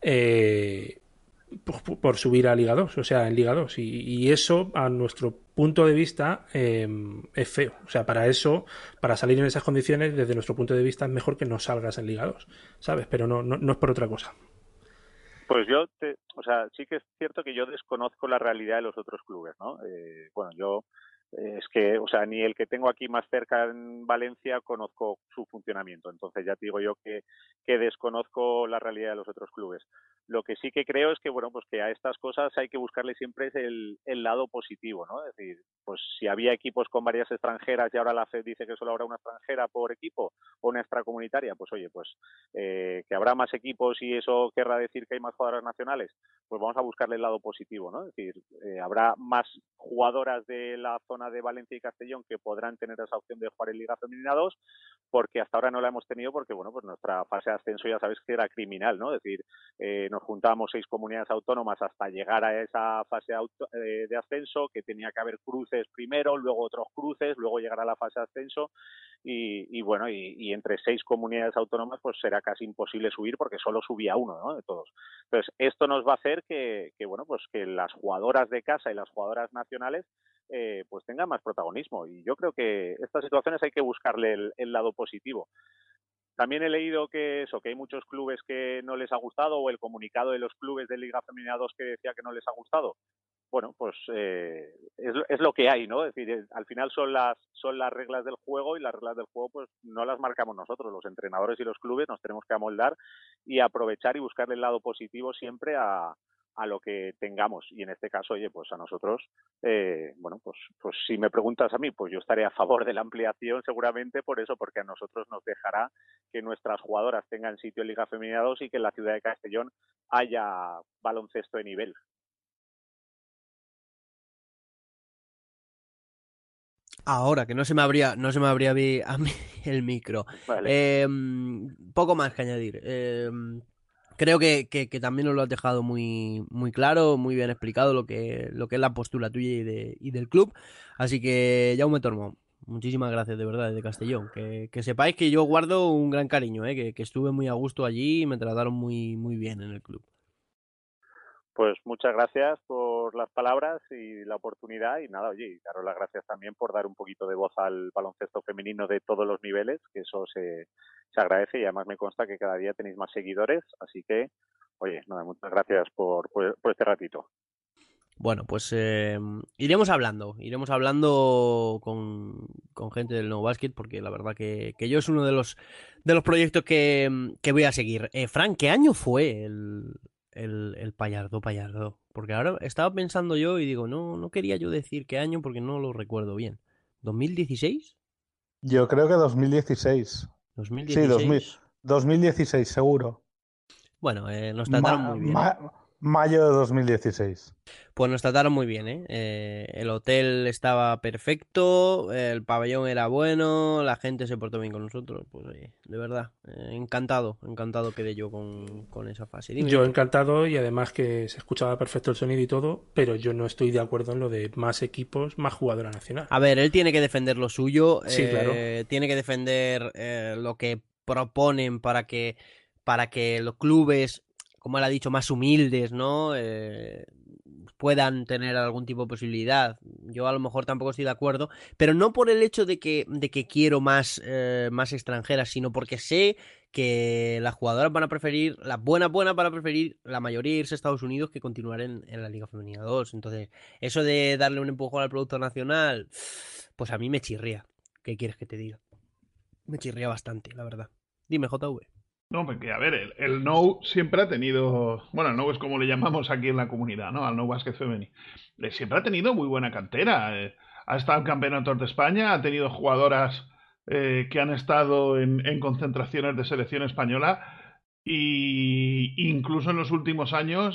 por subir a Liga 2, o sea, en Liga 2. Y eso, a nuestro punto de vista, es feo. O sea, para salir en esas condiciones, desde nuestro punto de vista, es mejor que no salgas en Liga 2, ¿sabes? Pero no es por otra cosa. Pues o sea, sí que es cierto que yo desconozco la realidad de los otros clubes, ¿no? Bueno, yo es que, o sea, ni el que tengo aquí más cerca en Valencia conozco su funcionamiento, entonces ya te digo yo que desconozco la realidad de los otros clubes. Lo que sí que creo es que, bueno, pues que a estas cosas hay que buscarle siempre el lado positivo, ¿no? Es decir, pues si había equipos con varias extranjeras y ahora la FED dice que solo habrá una extranjera por equipo o una extracomunitaria, pues oye, pues que habrá más equipos y eso querrá decir que hay más jugadoras nacionales, pues vamos a buscarle el lado positivo, ¿no? Es decir, habrá más jugadoras de la zona zona de Valencia y Castellón que podrán tener esa opción de jugar en Liga Femenina 2, porque hasta ahora no la hemos tenido porque, bueno, pues nuestra fase de ascenso ya sabes que era criminal, ¿no? Es decir, nos juntábamos 6 comunidades autónomas hasta llegar a esa fase de ascenso, que tenía que haber cruces primero, luego otros cruces, luego llegar a la fase de ascenso y bueno, y entre 6 comunidades autónomas pues será casi imposible subir porque solo subía uno, ¿no? De todos. Entonces, esto nos va a hacer que bueno, pues que las jugadoras de casa y las jugadoras nacionales pues tengan más protagonismo, y yo creo que estas situaciones hay que buscarle el lado positivo. También he leído que hay muchos clubes que no les ha gustado, o el comunicado de los clubes de Liga Femenina 2 que decía que no les ha gustado. Bueno, pues es lo que hay, ¿no? Es decir, al final son las reglas del juego, y las reglas del juego pues no las marcamos nosotros, los entrenadores y los clubes nos tenemos que amoldar y aprovechar y buscarle el lado positivo siempre a lo que tengamos, y en este caso, oye, pues a nosotros, bueno, pues si me preguntas a mí, pues yo estaré a favor de la ampliación seguramente por eso, porque a nosotros nos dejará que nuestras jugadoras tengan sitio en Liga Femenina 2 y que en la ciudad de Castellón haya baloncesto de nivel. Ahora, que no se me abría a mí el micro. Vale. Poco más que añadir. Creo que también nos lo has dejado muy, muy claro, muy bien explicado lo que es la postura tuya y del club. Así que, Jaume Tormo, muchísimas gracias de verdad desde Castellón. Que sepáis que yo guardo un gran cariño, que estuve muy a gusto allí y me trataron muy, muy bien en el club. Pues muchas gracias por las palabras y la oportunidad, y nada, oye, y daros las gracias también por dar un poquito de voz al baloncesto femenino de todos los niveles, que eso se agradece, y además me consta que cada día tenéis más seguidores, así que, oye, nada, muchas gracias por este ratito. Bueno, pues iremos hablando con gente del No Basket, porque la verdad que yo es uno de los proyectos que voy a seguir. Frank, ¿qué año fue el Pallardo? Porque ahora estaba pensando yo y digo, no quería yo decir qué año porque no lo recuerdo bien. ¿2016? Yo creo que 2016. Sí, 2016. 2016 seguro. Bueno, nos trataron muy bien. Mayo de 2016. Pues nos trataron muy bien, ¿eh? El hotel estaba perfecto, el pabellón era bueno, la gente se portó bien con nosotros. Pues oye, de verdad, encantado quedé yo con esa fase. Dime. Yo encantado, y además que se escuchaba perfecto el sonido y todo, pero yo no estoy de acuerdo en lo de más equipos, más jugadora nacional. A ver, él tiene que defender lo suyo, Sí, claro. tiene que defender lo que proponen para que los clubes, como él ha dicho, más humildes, ¿no? Puedan tener algún tipo de posibilidad. Yo a lo mejor tampoco estoy de acuerdo, pero no por el hecho de que quiero más extranjeras, sino porque sé que las jugadoras van a preferir, las buenas van a preferir la mayoría irse a Estados Unidos que continuar en la Liga Femenina 2. Entonces, eso de darle un empujón al producto nacional, pues a mí me chirría. ¿Qué quieres que te diga? Me chirría bastante, la verdad. Dime, JV. No, porque a ver, el No siempre ha tenido, bueno, el No es como le llamamos aquí en la comunidad, ¿no? Al No Basket Femení. Siempre ha tenido muy buena cantera. Ha estado en campeonatos de España, ha tenido jugadoras que han estado en concentraciones de selección española, y incluso en los últimos años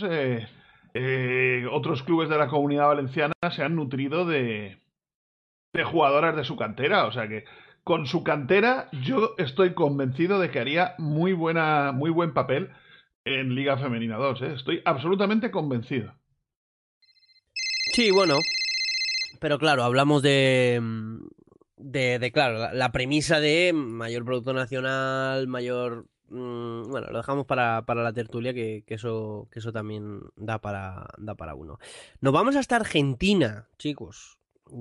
otros clubes de la comunidad valenciana se han nutrido de jugadoras de su cantera. O sea que con su cantera yo estoy convencido de que haría muy buen papel en Liga Femenina 2, ¿eh? Estoy absolutamente convencido. Sí, bueno, pero claro, hablamos de claro, la premisa de mayor producto nacional, mayor... bueno, lo dejamos para la tertulia, que eso también da para uno. Nos vamos hasta Argentina, chicos.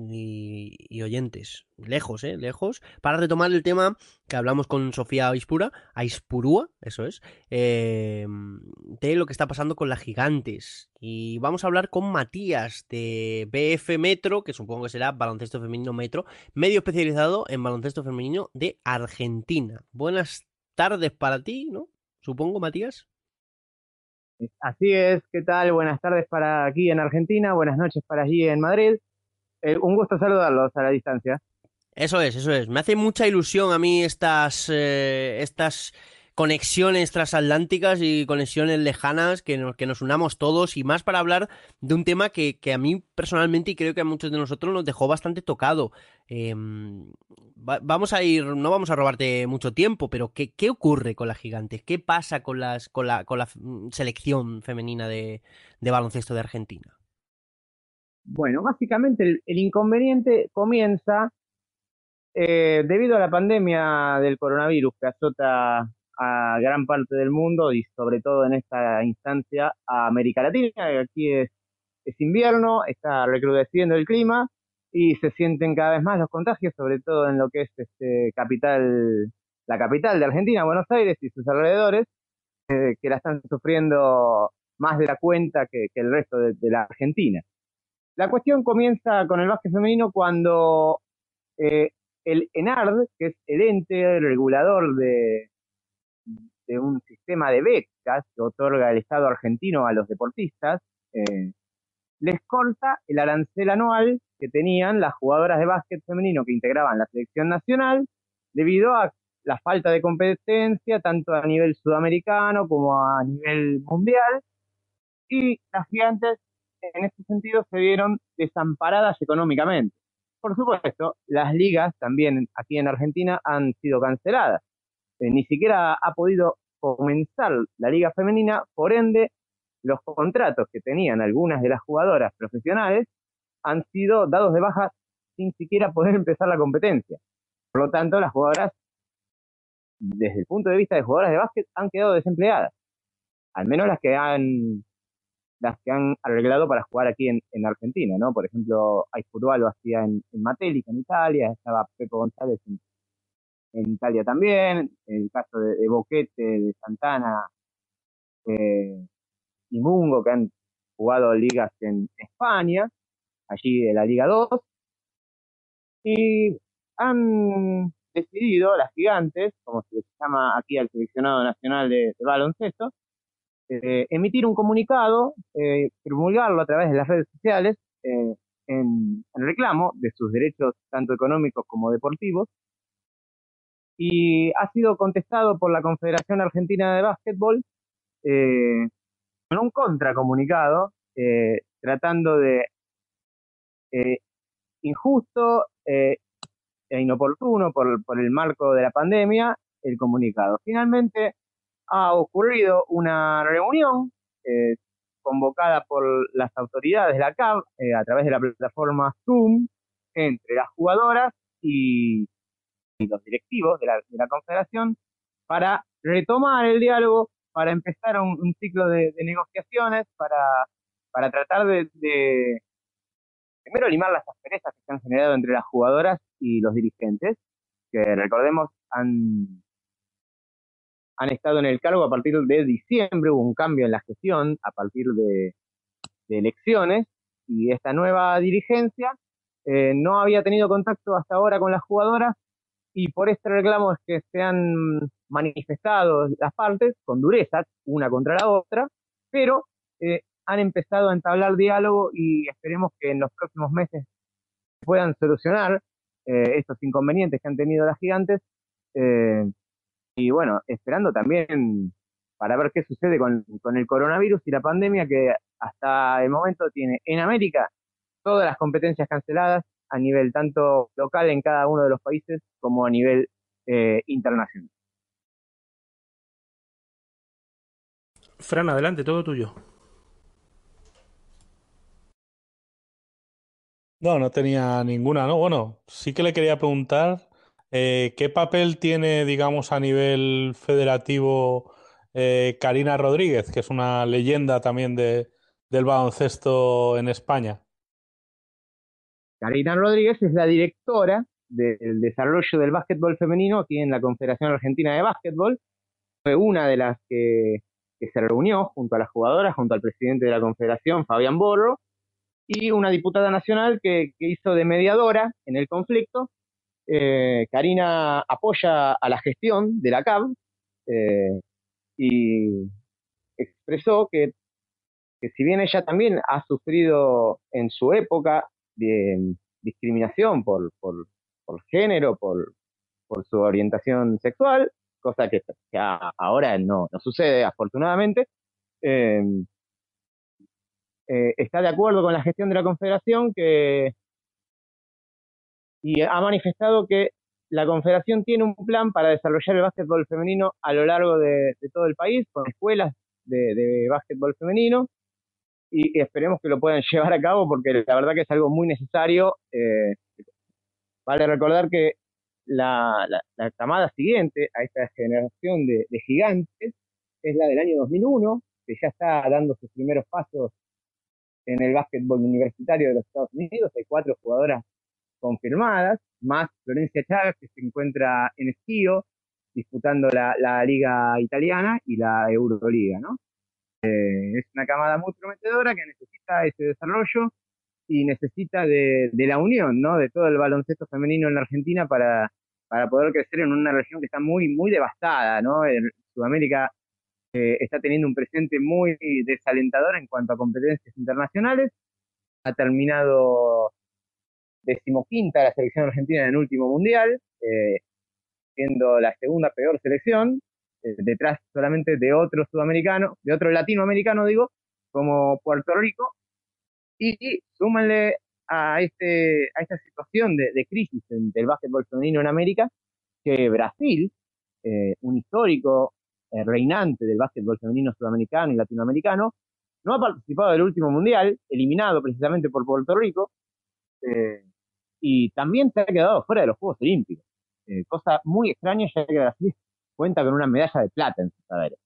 Y oyentes, lejos, para retomar el tema que hablamos con Sofía Aispurúa, eso es, de lo que está pasando con las Gigantes. Y vamos a hablar con Matías de BF Metro, que supongo que será Baloncesto Femenino Metro, medio especializado en baloncesto femenino de Argentina. Buenas tardes para ti, ¿no? Supongo, Matías. Así es, ¿qué tal? Buenas tardes para aquí en Argentina, buenas noches para allí en Madrid. Un gusto saludarlos a la distancia. Eso es. Me hace mucha ilusión a mí estas conexiones transatlánticas y conexiones lejanas, que nos unamos todos, y más para hablar de un tema que a mí personalmente y creo que a muchos de nosotros nos dejó bastante tocado. Vamos a ir, no vamos a robarte mucho tiempo, pero ¿qué ocurre con las Gigantes? ¿Qué pasa con la selección femenina de baloncesto de Argentina? Bueno, básicamente el inconveniente comienza debido a la pandemia del coronavirus que azota a gran parte del mundo y sobre todo en esta instancia a América Latina, que aquí es invierno, está recrudeciendo el clima y se sienten cada vez más los contagios, sobre todo en lo que es la capital de Argentina, Buenos Aires y sus alrededores, que la están sufriendo más de la cuenta que el resto de la Argentina. La cuestión comienza con el básquet femenino cuando eh, el ENARD, que es el ente regulador de un sistema de becas que otorga el Estado argentino a los deportistas, les corta el arancel anual que tenían las jugadoras de básquet femenino que integraban la selección nacional debido a la falta de competencia tanto a nivel sudamericano como a nivel mundial, y las Gigantes en este sentido se vieron desamparadas económicamente. Por supuesto, las ligas también aquí en Argentina han sido canceladas. Ni siquiera ha podido comenzar la liga femenina, por ende, los contratos que tenían algunas de las jugadoras profesionales han sido dados de baja sin siquiera poder empezar la competencia. Por lo tanto, las jugadoras, desde el punto de vista de jugadoras de básquet, han quedado desempleadas. Al menos las que han arreglado para jugar aquí en Argentina, ¿no? Por ejemplo, Aispurúa lo hacía en Matelica, en Italia, estaba Pepo González en Italia también, el caso de Boquete, de Santana y Mungo, que han jugado ligas en España, allí de la Liga 2, y han decidido las Gigantes, como se les llama aquí al seleccionado nacional de baloncesto, emitir un comunicado, promulgarlo a través de las redes sociales, en reclamo de sus derechos tanto económicos como deportivos, y ha sido contestado por la Confederación Argentina de Básquetbol con un contracomunicado tratando de injusto e inoportuno por el marco de la pandemia el comunicado. Finalmente ha ocurrido una reunión convocada por las autoridades de la CAB a través de la plataforma Zoom entre las jugadoras y los directivos de la Confederación para retomar el diálogo, para empezar un ciclo de negociaciones, para tratar de primero limar las asperezas que se han generado entre las jugadoras y los dirigentes, que recordemos han estado en el cargo a partir de diciembre, hubo un cambio en la gestión a partir de elecciones, y esta nueva dirigencia no había tenido contacto hasta ahora con las jugadoras, y por este reclamo es que se han manifestado las partes con dureza, una contra la otra, pero han empezado a entablar diálogo y esperemos que en los próximos meses puedan solucionar estos inconvenientes que han tenido las Gigantes, y bueno, esperando también para ver qué sucede con el coronavirus y la pandemia, que hasta el momento tiene en América todas las competencias canceladas a nivel tanto local en cada uno de los países como a nivel internacional. Fran, adelante, todo tuyo. No tenía ninguna, ¿no? Bueno, sí que le quería preguntar qué papel tiene, digamos, a nivel federativo Karina Rodríguez, que es una leyenda también del baloncesto en España. Karina Rodríguez es la directora del desarrollo del básquetbol femenino aquí en la Confederación Argentina de Básquetbol. Fue una de las que se reunió junto a las jugadoras, junto al presidente de la Confederación, Fabián Borro, y una diputada nacional que hizo de mediadora en el conflicto. Karina apoya a la gestión de la CAB y expresó que si bien ella también ha sufrido en su época de discriminación por género, por su orientación sexual, cosa que ahora no sucede, afortunadamente. Eh, está de acuerdo con la gestión de la Confederación y ha manifestado que la Confederación tiene un plan para desarrollar el básquetbol femenino a lo largo de todo el país, con escuelas de básquetbol femenino, y esperemos que lo puedan llevar a cabo porque la verdad que es algo muy necesario. Vale recordar que la camada siguiente a esta generación de gigantes es la del año 2001, que ya está dando sus primeros pasos en el básquetbol universitario de los Estados Unidos. Hay 4 jugadoras confirmadas, más Florencia Chagas, que se encuentra en Esquío, disputando la Liga Italiana y la Euroliga, ¿no? Es una camada muy prometedora que necesita ese desarrollo y necesita de la unión, ¿no? De todo el baloncesto femenino en la Argentina para poder crecer en una región que está muy devastada, ¿no? En Sudamérica está teniendo un presente muy desalentador en cuanto a competencias internacionales. Ha terminado 15ª la selección argentina en el último mundial, siendo la segunda peor selección, detrás solamente de otro sudamericano, de otro latinoamericano, digo, como Puerto Rico. Y súmenle a esta situación de crisis del básquetbol femenino en América, que Brasil, un histórico reinante del básquetbol femenino sudamericano y latinoamericano, no ha participado del último mundial, eliminado precisamente por Puerto Rico, y también se ha quedado fuera de los Juegos Olímpicos. Cosa muy extraña, ya que Brasil cuenta con una medalla de plata en sus saberes.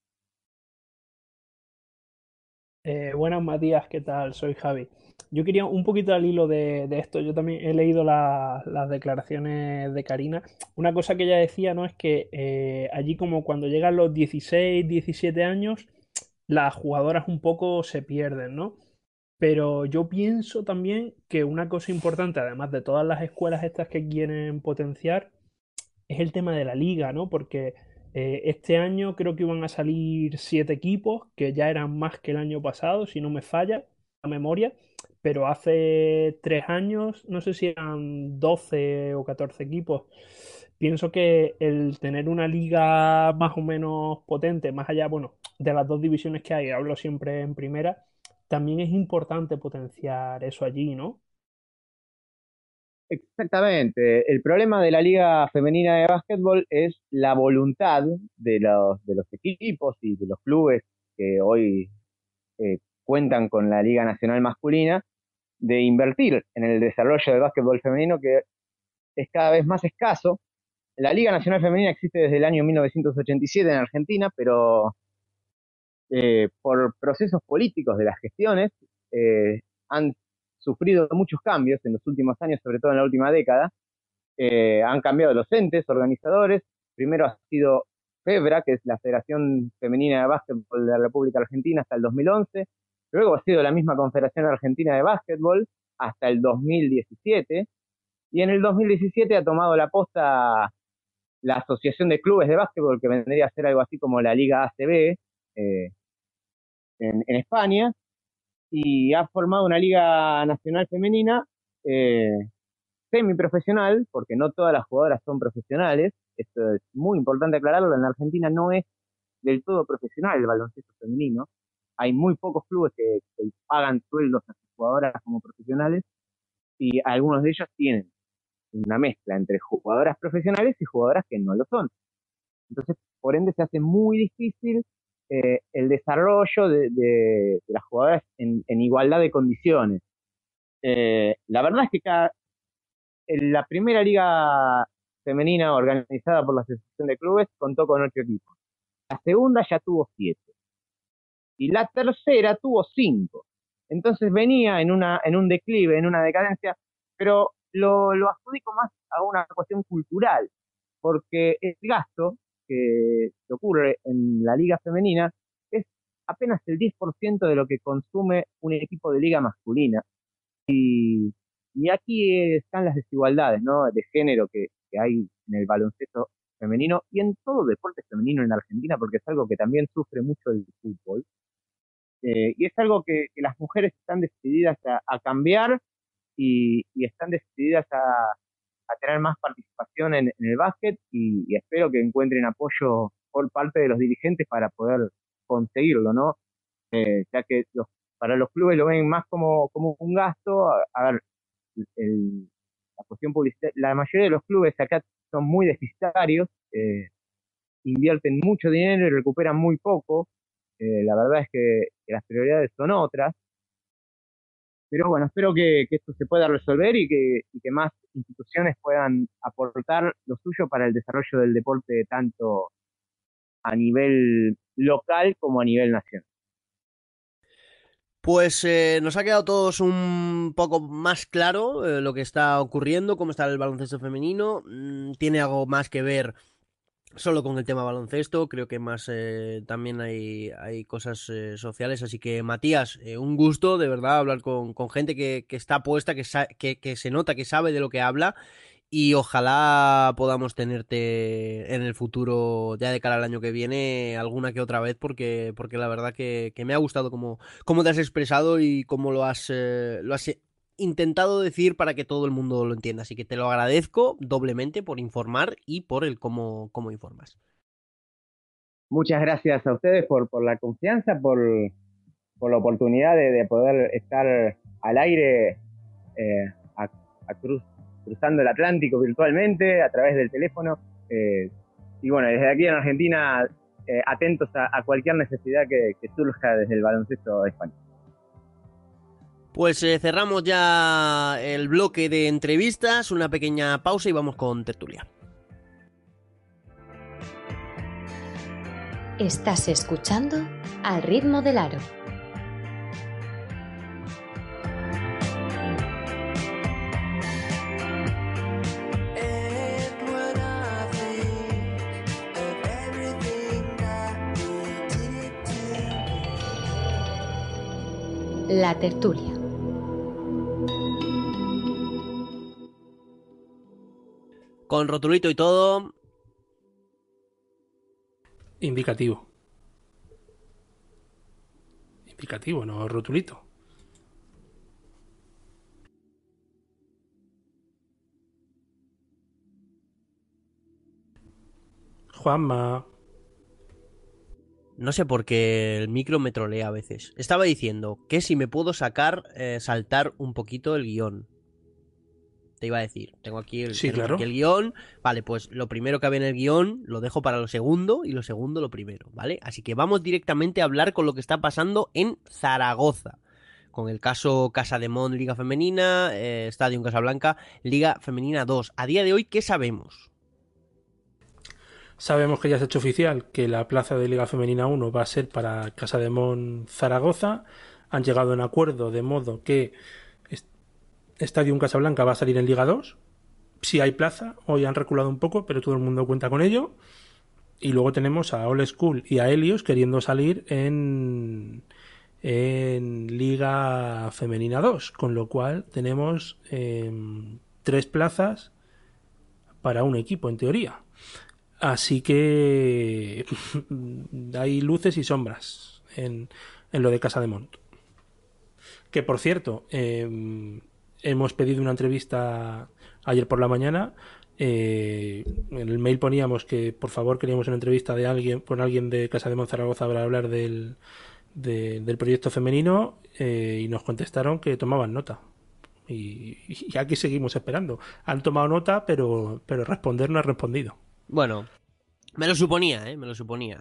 Buenas Matías, ¿qué tal? Soy Javi. Yo quería un poquito al hilo de esto. Yo también he leído las declaraciones de Karina. Una cosa que ella decía, ¿no? Es que allí como cuando llegan los 16, 17 años, las jugadoras un poco se pierden, ¿no? Pero yo pienso también que una cosa importante, además de todas las escuelas estas que quieren potenciar, es el tema de la liga, ¿no? Porque este año creo que iban a salir 7 equipos, que ya eran más que el año pasado, si no me falla la memoria, pero hace 3 años, no sé si eran 12 o 14 equipos. Pienso que el tener una liga más o menos potente, más allá, bueno, de las 2 divisiones que hay, hablo siempre en primera, también es importante potenciar eso allí, ¿no? Exactamente. El problema de la Liga Femenina de Básquetbol es la voluntad de los equipos y de los clubes que hoy cuentan con la Liga Nacional Masculina de invertir en el desarrollo del básquetbol femenino, que es cada vez más escaso. La Liga Nacional Femenina existe desde el año 1987 en Argentina, pero por procesos políticos de las gestiones han sufrido muchos cambios en los últimos años, sobre todo en la última década. Han cambiado los entes organizadores. Primero ha sido FEBRA, que es la Federación Femenina de Básquetbol de la República Argentina, hasta el 2011. Luego ha sido la misma Confederación Argentina de Básquetbol hasta el 2017. Y en el 2017 ha tomado la posta la Asociación de Clubes de Básquetbol, que vendría a ser algo así como la Liga ACB en España, y ha formado una Liga Nacional Femenina semiprofesional, porque no todas las jugadoras son profesionales. Esto es muy importante aclararlo. En la Argentina no es del todo profesional el baloncesto femenino. Hay muy pocos clubes que pagan sueldos a sus jugadoras como profesionales, y algunos de ellos tienen una mezcla entre jugadoras profesionales y jugadoras que no lo son. Entonces, por ende, se hace muy difícil el desarrollo de las jugadoras en igualdad de condiciones. La verdad es que la primera liga femenina organizada por la Asociación de Clubes contó con 8 equipos. La segunda ya tuvo 7. Y la tercera tuvo 5. Entonces venía en un declive, en una decadencia, pero lo adjudico más a una cuestión cultural, porque el gasto que ocurre en la liga femenina es apenas el 10% de lo que consume un equipo de liga masculina. Y aquí están las desigualdades, ¿no? De género que hay en el baloncesto femenino y en todo deporte femenino en Argentina, porque es algo que también sufre mucho el fútbol. Y es algo que las mujeres están decididas a cambiar y están decididas a tener más participación en el básquet y espero que encuentren apoyo por parte de los dirigentes para poder conseguirlo, ¿no? Ya que para los clubes lo ven más como un gasto. A ver, la cuestión publicitaria, la mayoría de los clubes acá son muy deficitarios, invierten mucho dinero y recuperan muy poco. La verdad es que las prioridades son otras. Pero bueno, espero que esto se pueda resolver y que más instituciones puedan aportar lo suyo para el desarrollo del deporte tanto a nivel local como a nivel nacional. Pues nos ha quedado a todos un poco más claro lo que está ocurriendo, cómo está el baloncesto femenino. Tiene algo más que ver solo con el tema baloncesto, creo que más también hay cosas sociales, así que Matías, un gusto de verdad hablar con gente que está puesta, que se nota que sabe de lo que habla, y ojalá podamos tenerte en el futuro, ya de cara al año que viene, alguna que otra vez, porque la verdad que me ha gustado cómo te has expresado y cómo lo has intentado decir para que todo el mundo lo entienda. Así que te lo agradezco doblemente por informar y por el cómo informas. Muchas gracias a ustedes por la confianza, por la oportunidad de poder estar al aire cruzando el Atlántico virtualmente a través del teléfono. Y bueno, desde aquí en Argentina, atentos a cualquier necesidad que surja desde el baloncesto español. Pues cerramos ya el bloque de entrevistas, una pequeña pausa y vamos con tertulia. Estás escuchando Al ritmo del aro. La tertulia. Con rotulito y todo. Indicativo, no rotulito. Juanma. No sé por qué el micro me trolea a veces. Estaba diciendo que si me puedo saltar un poquito el guión. Te iba a decir, tengo aquí claro. aquí el guión. Vale, pues lo primero que había en el guión lo dejo para lo segundo y lo segundo lo primero, ¿vale? Así que vamos directamente a hablar con lo que está pasando en Zaragoza. Con el caso Casademont Liga Femenina, Stadium Casablanca Liga Femenina 2. A día de hoy, ¿qué sabemos? Sabemos que ya se ha hecho oficial que la plaza de Liga Femenina 1 va a ser para Casademont Zaragoza. Han llegado a un acuerdo de modo que Stadium Casablanca va a salir en Liga 2. Si hay plaza, hoy han reculado un poco, pero todo el mundo cuenta con ello. Y luego tenemos a All School y a Helios queriendo salir en Liga Femenina 2, con lo cual tenemos 3 plazas para un equipo, en teoría. Así que hay luces y sombras en lo de Casademont. Que, por cierto, hemos pedido una entrevista ayer por la mañana. En el mail poníamos que por favor queríamos una entrevista con alguien de Casademont Zaragoza para hablar del proyecto femenino, y nos contestaron que tomaban nota. Y aquí seguimos esperando. Han tomado nota, pero responder no ha respondido. Bueno, me lo suponía, me lo suponía.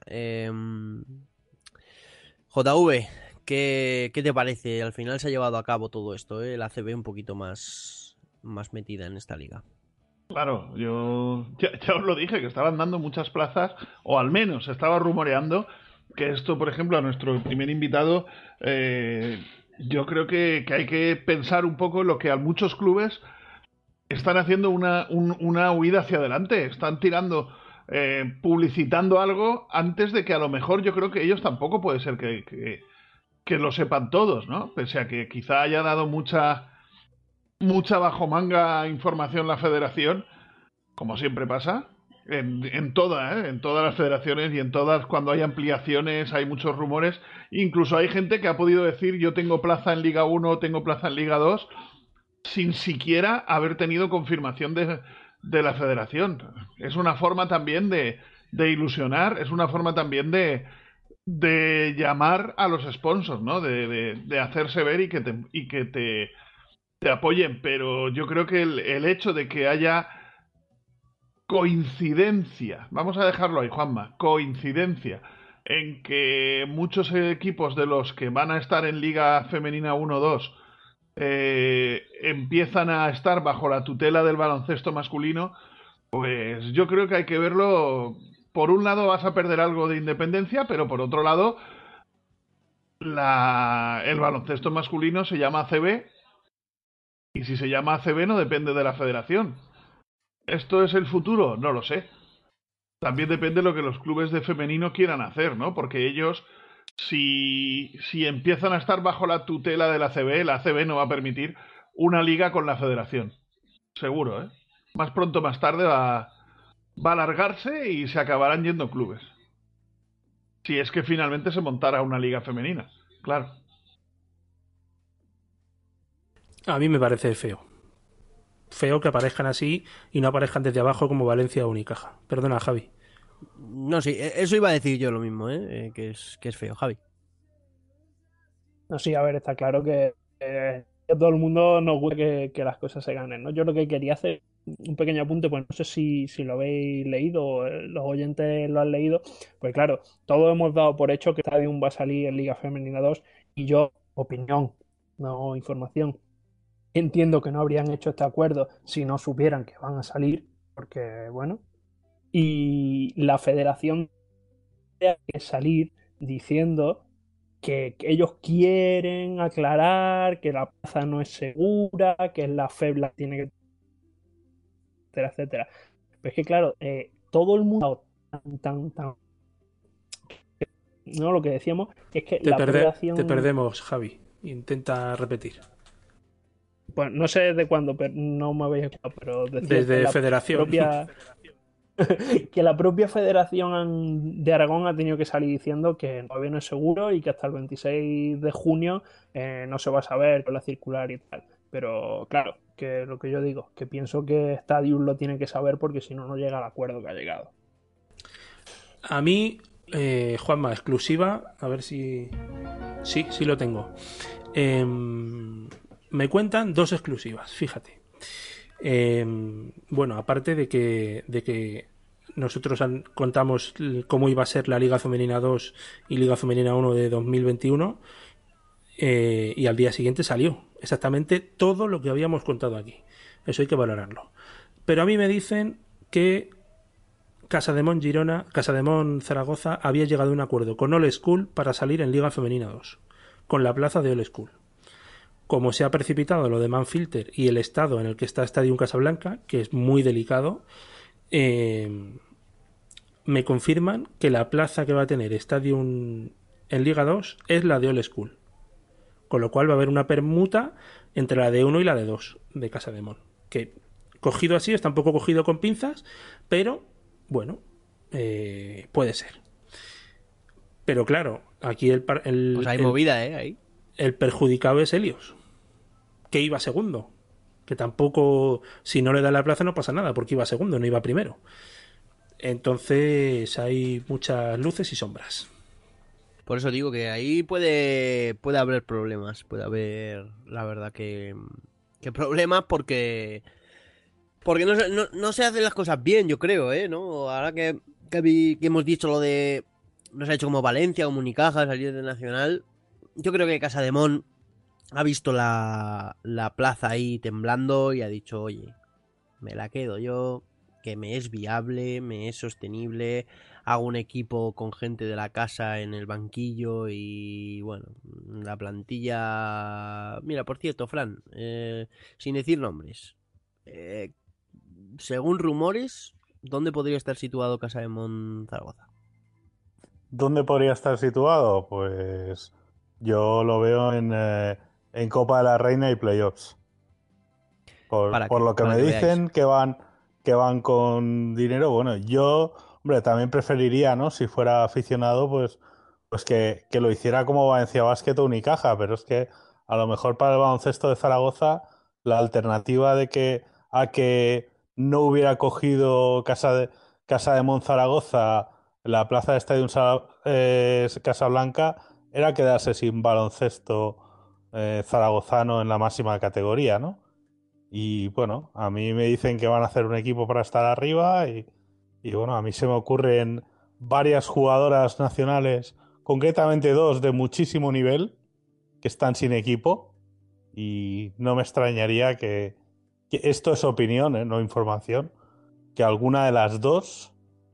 JV, ¿qué te parece? Al final se ha llevado a cabo todo esto, la ACB un poquito más metida en esta liga. Claro, yo ya os lo dije, que estaban dando muchas plazas, o al menos se estaba rumoreando que esto, por ejemplo, a nuestro primer invitado, yo creo que hay que pensar un poco en lo que a muchos clubes están haciendo una huida hacia adelante, están tirando, publicitando algo antes de que a lo mejor yo creo que ellos tampoco puede ser que lo sepan todos, ¿no? Pese a que quizá haya dado mucha bajo manga información la federación, como siempre pasa, en todas las federaciones y en todas, cuando hay ampliaciones hay muchos rumores, incluso hay gente que ha podido decir yo tengo plaza en Liga 1, tengo plaza en Liga 2, sin siquiera haber tenido confirmación de la federación. Es una forma también de ilusionar, es una forma también de llamar a los sponsors, ¿no? De hacerse ver y que te apoyen. Pero yo creo que el hecho de que haya coincidencia, vamos a dejarlo ahí, Juanma, coincidencia en que muchos equipos de los que van a estar en Liga Femenina 1-2 empiezan a estar bajo la tutela del baloncesto masculino, pues yo creo que hay que verlo. Por un lado vas a perder algo de independencia, pero por otro lado el baloncesto masculino se llama ACB y si se llama ACB no depende de la federación. ¿Esto es el futuro? No lo sé. También depende de lo que los clubes de femenino quieran hacer, ¿no? Porque ellos, si empiezan a estar bajo la tutela de la ACB no va a permitir una liga con la federación. Seguro, ¿eh? Más pronto o más tarde va a alargarse y se acabarán yendo clubes. Si es que finalmente se montara una liga femenina, claro. A mí me parece feo. Feo que aparezcan así y no aparezcan desde abajo como Valencia o Unicaja. Perdona, Javi. No, sí, eso iba a decir yo lo mismo, ¿eh? Que es feo, Javi. No, sí, a ver, está claro que a todo el mundo nos gusta que las cosas se ganen, ¿no? Yo lo que quería hacer, un pequeño apunte, pues no sé si lo habéis leído o los oyentes lo han leído, pues claro, todos hemos dado por hecho que Stadium va a salir en Liga Femenina 2 y yo, opinión, no información, entiendo que no habrían hecho este acuerdo si no supieran que van a salir, porque bueno, y la federación tiene que salir diciendo que ellos quieren aclarar que la plaza no es segura, que la FEB la tiene que, etcétera, etcétera. Pero es que claro, todo el mundo tan no, lo que decíamos es que la federación... Te perdemos, Javi. Intenta repetir. Pues no sé desde cuándo, pero no me habéis escuchado, pero decía desde que la federación. Que la propia Federación de Aragón ha tenido que salir diciendo que todavía no es seguro y que hasta el 26 de junio no se va a saber con la circular y tal. Pero claro, que lo que yo digo, que pienso que Stadium lo tiene que saber porque si no, no llega al acuerdo que ha llegado. A mí, Juanma, exclusiva, a ver si... Sí lo tengo. Me cuentan 2 exclusivas, fíjate. Bueno, aparte de que nosotros contamos cómo iba a ser la Liga Femenina 2 y Liga Femenina 1 de 2021 y al día siguiente salió exactamente todo lo que habíamos contado aquí. Eso hay que valorarlo. Pero a mí me dicen que Casademón Zaragoza había llegado a un acuerdo con All School para salir en Liga Femenina 2 con la plaza de All School. Como se ha precipitado lo de Manfilter y el estado en el que está Stadium Casablanca, que es muy delicado, me confirman que la plaza que va a tener Stadium en Liga 2 es la de All School. Con lo cual va a haber una permuta entre la de 1 y la de 2 de Casademón. Que cogido así, está un poco cogido con pinzas, pero bueno, puede ser. Pero claro, aquí pues hay movida, ahí. El perjudicado es Helios, que iba segundo. Que tampoco, si no le da la plaza no pasa nada, porque iba segundo, no iba primero. Entonces hay muchas luces y sombras. Por eso digo que ahí puede haber problemas. Puede haber, la verdad, que problemas porque no se hacen las cosas bien, yo creo, ¿no? Ahora que hemos dicho lo de... No se ha hecho como Valencia, como Unicaja, salir de Nacional. Yo creo que Casademón ha visto la plaza ahí temblando y ha dicho, oye, me la quedo yo, que me es viable, me es sostenible, hago un equipo con gente de la casa en el banquillo y bueno, la plantilla... Mira, por cierto, Fran, sin decir nombres, según rumores, ¿dónde podría estar situado Casademón Zaragoza? ¿Dónde podría estar situado? Pues yo lo veo en Copa de la Reina y Playoffs. Por lo que me dicen que van con dinero, bueno, yo, hombre, también preferiría, ¿no? Si fuera aficionado, pues que lo hiciera como Valencia Basket o Unicaja, pero es que a lo mejor para el baloncesto de Zaragoza la alternativa a que no hubiera cogido Casa de Monzaragoza la plaza de Estadio Casablanca era quedarse sin baloncesto zaragozano en la máxima categoría, ¿no? Y bueno, a mí me dicen que van a hacer un equipo para estar arriba y bueno, a mí se me ocurren varias jugadoras nacionales, concretamente dos de muchísimo nivel, que están sin equipo y no me extrañaría que esto es opinión, no información, que alguna de las dos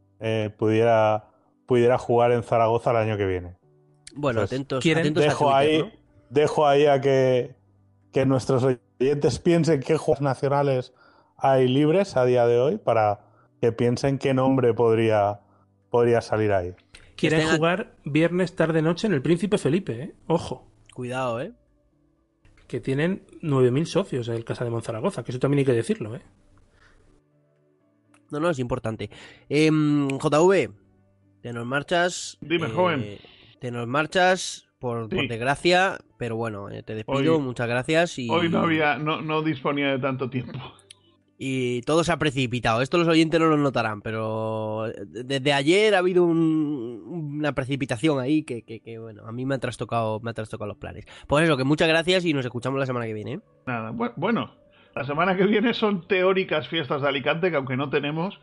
pudiera jugar en Zaragoza el año que viene. Bueno, Entonces, atentos a Twitter, ¿no? Dejo ahí a que nuestros oyentes piensen qué jugadores nacionales hay libres a día de hoy para que piensen qué nombre podría salir ahí. Quieren jugar viernes tarde-noche en el Príncipe Felipe, ¿eh? Ojo. Cuidado, ¿eh? Que tienen 9.000 socios el Casa de Monzaragoza, que eso también hay que decirlo, ¿eh? No, es importante. JV, te nos marchas. Dime, joven. Te nos marchas por desgracia, pero bueno, te despido, muchas gracias. Hoy no disponía de tanto tiempo. Y todo se ha precipitado. Esto los oyentes no lo notarán, pero desde ayer ha habido una precipitación ahí que bueno, a mí me ha trastocado los planes. Pues eso, que muchas gracias y nos escuchamos la semana que viene. Nada, bueno, la semana que viene son teóricas fiestas de Alicante, que aunque no tenemos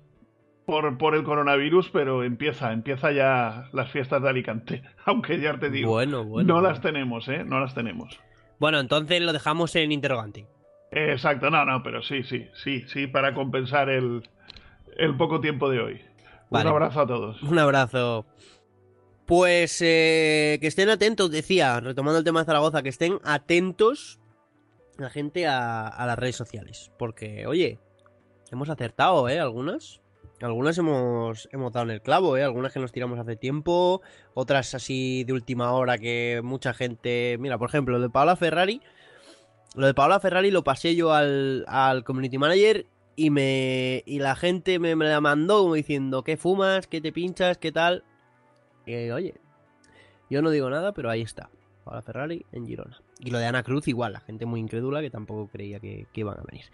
por el coronavirus, pero empieza ya las fiestas de Alicante. Aunque ya te digo, no las tenemos, no las tenemos. Bueno, entonces lo dejamos en interrogante. Exacto, no, pero sí, para compensar el poco tiempo de hoy. Vale. Un abrazo a todos. Un abrazo. Pues que estén atentos, decía, retomando el tema de Zaragoza, que estén atentos la gente a las redes sociales. Porque, oye, hemos acertado, algunas. Algunas hemos dado en el clavo, algunas que nos tiramos hace tiempo, otras así de última hora que mucha gente... Mira, por ejemplo, lo de Paola Ferrari lo pasé yo al community manager y la gente me la mandó como diciendo, ¿qué fumas? ¿Qué te pinchas? ¿Qué tal? Y oye, yo no digo nada, pero ahí está, Paola Ferrari en Girona. Y lo de Ana Cruz igual, la gente muy incrédula que tampoco creía que iban a venir.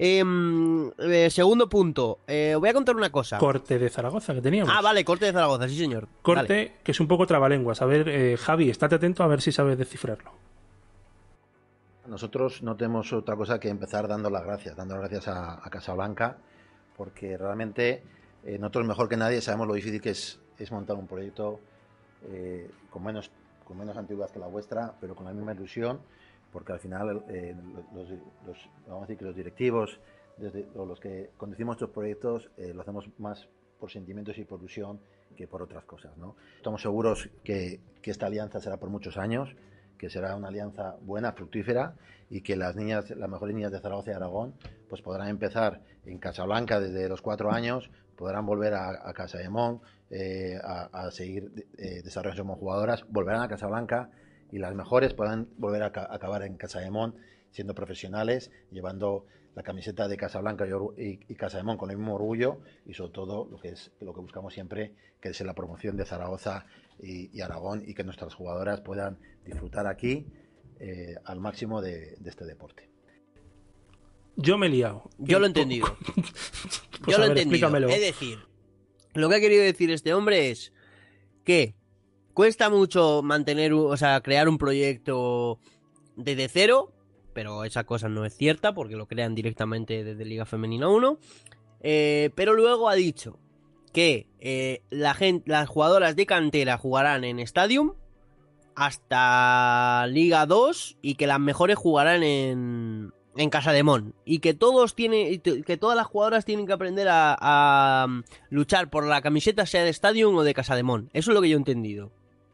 Segundo punto, voy a contar una cosa. Corte de Zaragoza que teníamos. Ah, vale, corte de Zaragoza, sí señor. Corte Dale. Que es un poco trabalenguas. A ver, Javi, estate atento a ver si sabes descifrarlo. Nosotros no tenemos otra cosa que empezar dando las gracias a Casablanca, porque realmente nosotros mejor que nadie sabemos lo difícil que es montar un proyecto con menos antigüedad que la vuestra, pero con la misma ilusión, porque al final vamos a decir que los directivos o los que conducimos estos proyectos lo hacemos más por sentimientos y por ilusión que por otras cosas, ¿no? Estamos seguros que esta alianza será por muchos años, que será una alianza buena, fructífera, y que las mejores niñas de Zaragoza y Aragón pues podrán empezar en Casablanca desde los 4 años, podrán volver a Casa de Mon, a seguir desarrollando como jugadoras, volverán a Casablanca y las mejores podrán volver a acabar en Casa de Mon siendo profesionales, llevando la camiseta de Casablanca y Casa de Mon con el mismo orgullo y sobre todo lo que buscamos siempre, que es la promoción de Zaragoza y Aragón, y que nuestras jugadoras puedan disfrutar aquí al máximo de este deporte. Yo me he liado. Yo lo he entendido. Pues Yo lo he entendido. explícamelo. Es decir, lo que ha querido decir este hombre es que cuesta mucho crear un proyecto desde cero, pero esa cosa no es cierta porque lo crean directamente desde Liga Femenina 1. Pero luego ha dicho que las jugadoras de cantera jugarán en Stadium hasta Liga 2 y que las mejores jugarán en Casa de Mon, y que todas las jugadoras tienen que aprender a luchar por la camiseta, sea de Stadium o de Casa de Mon. Eso es lo que yo he entendido.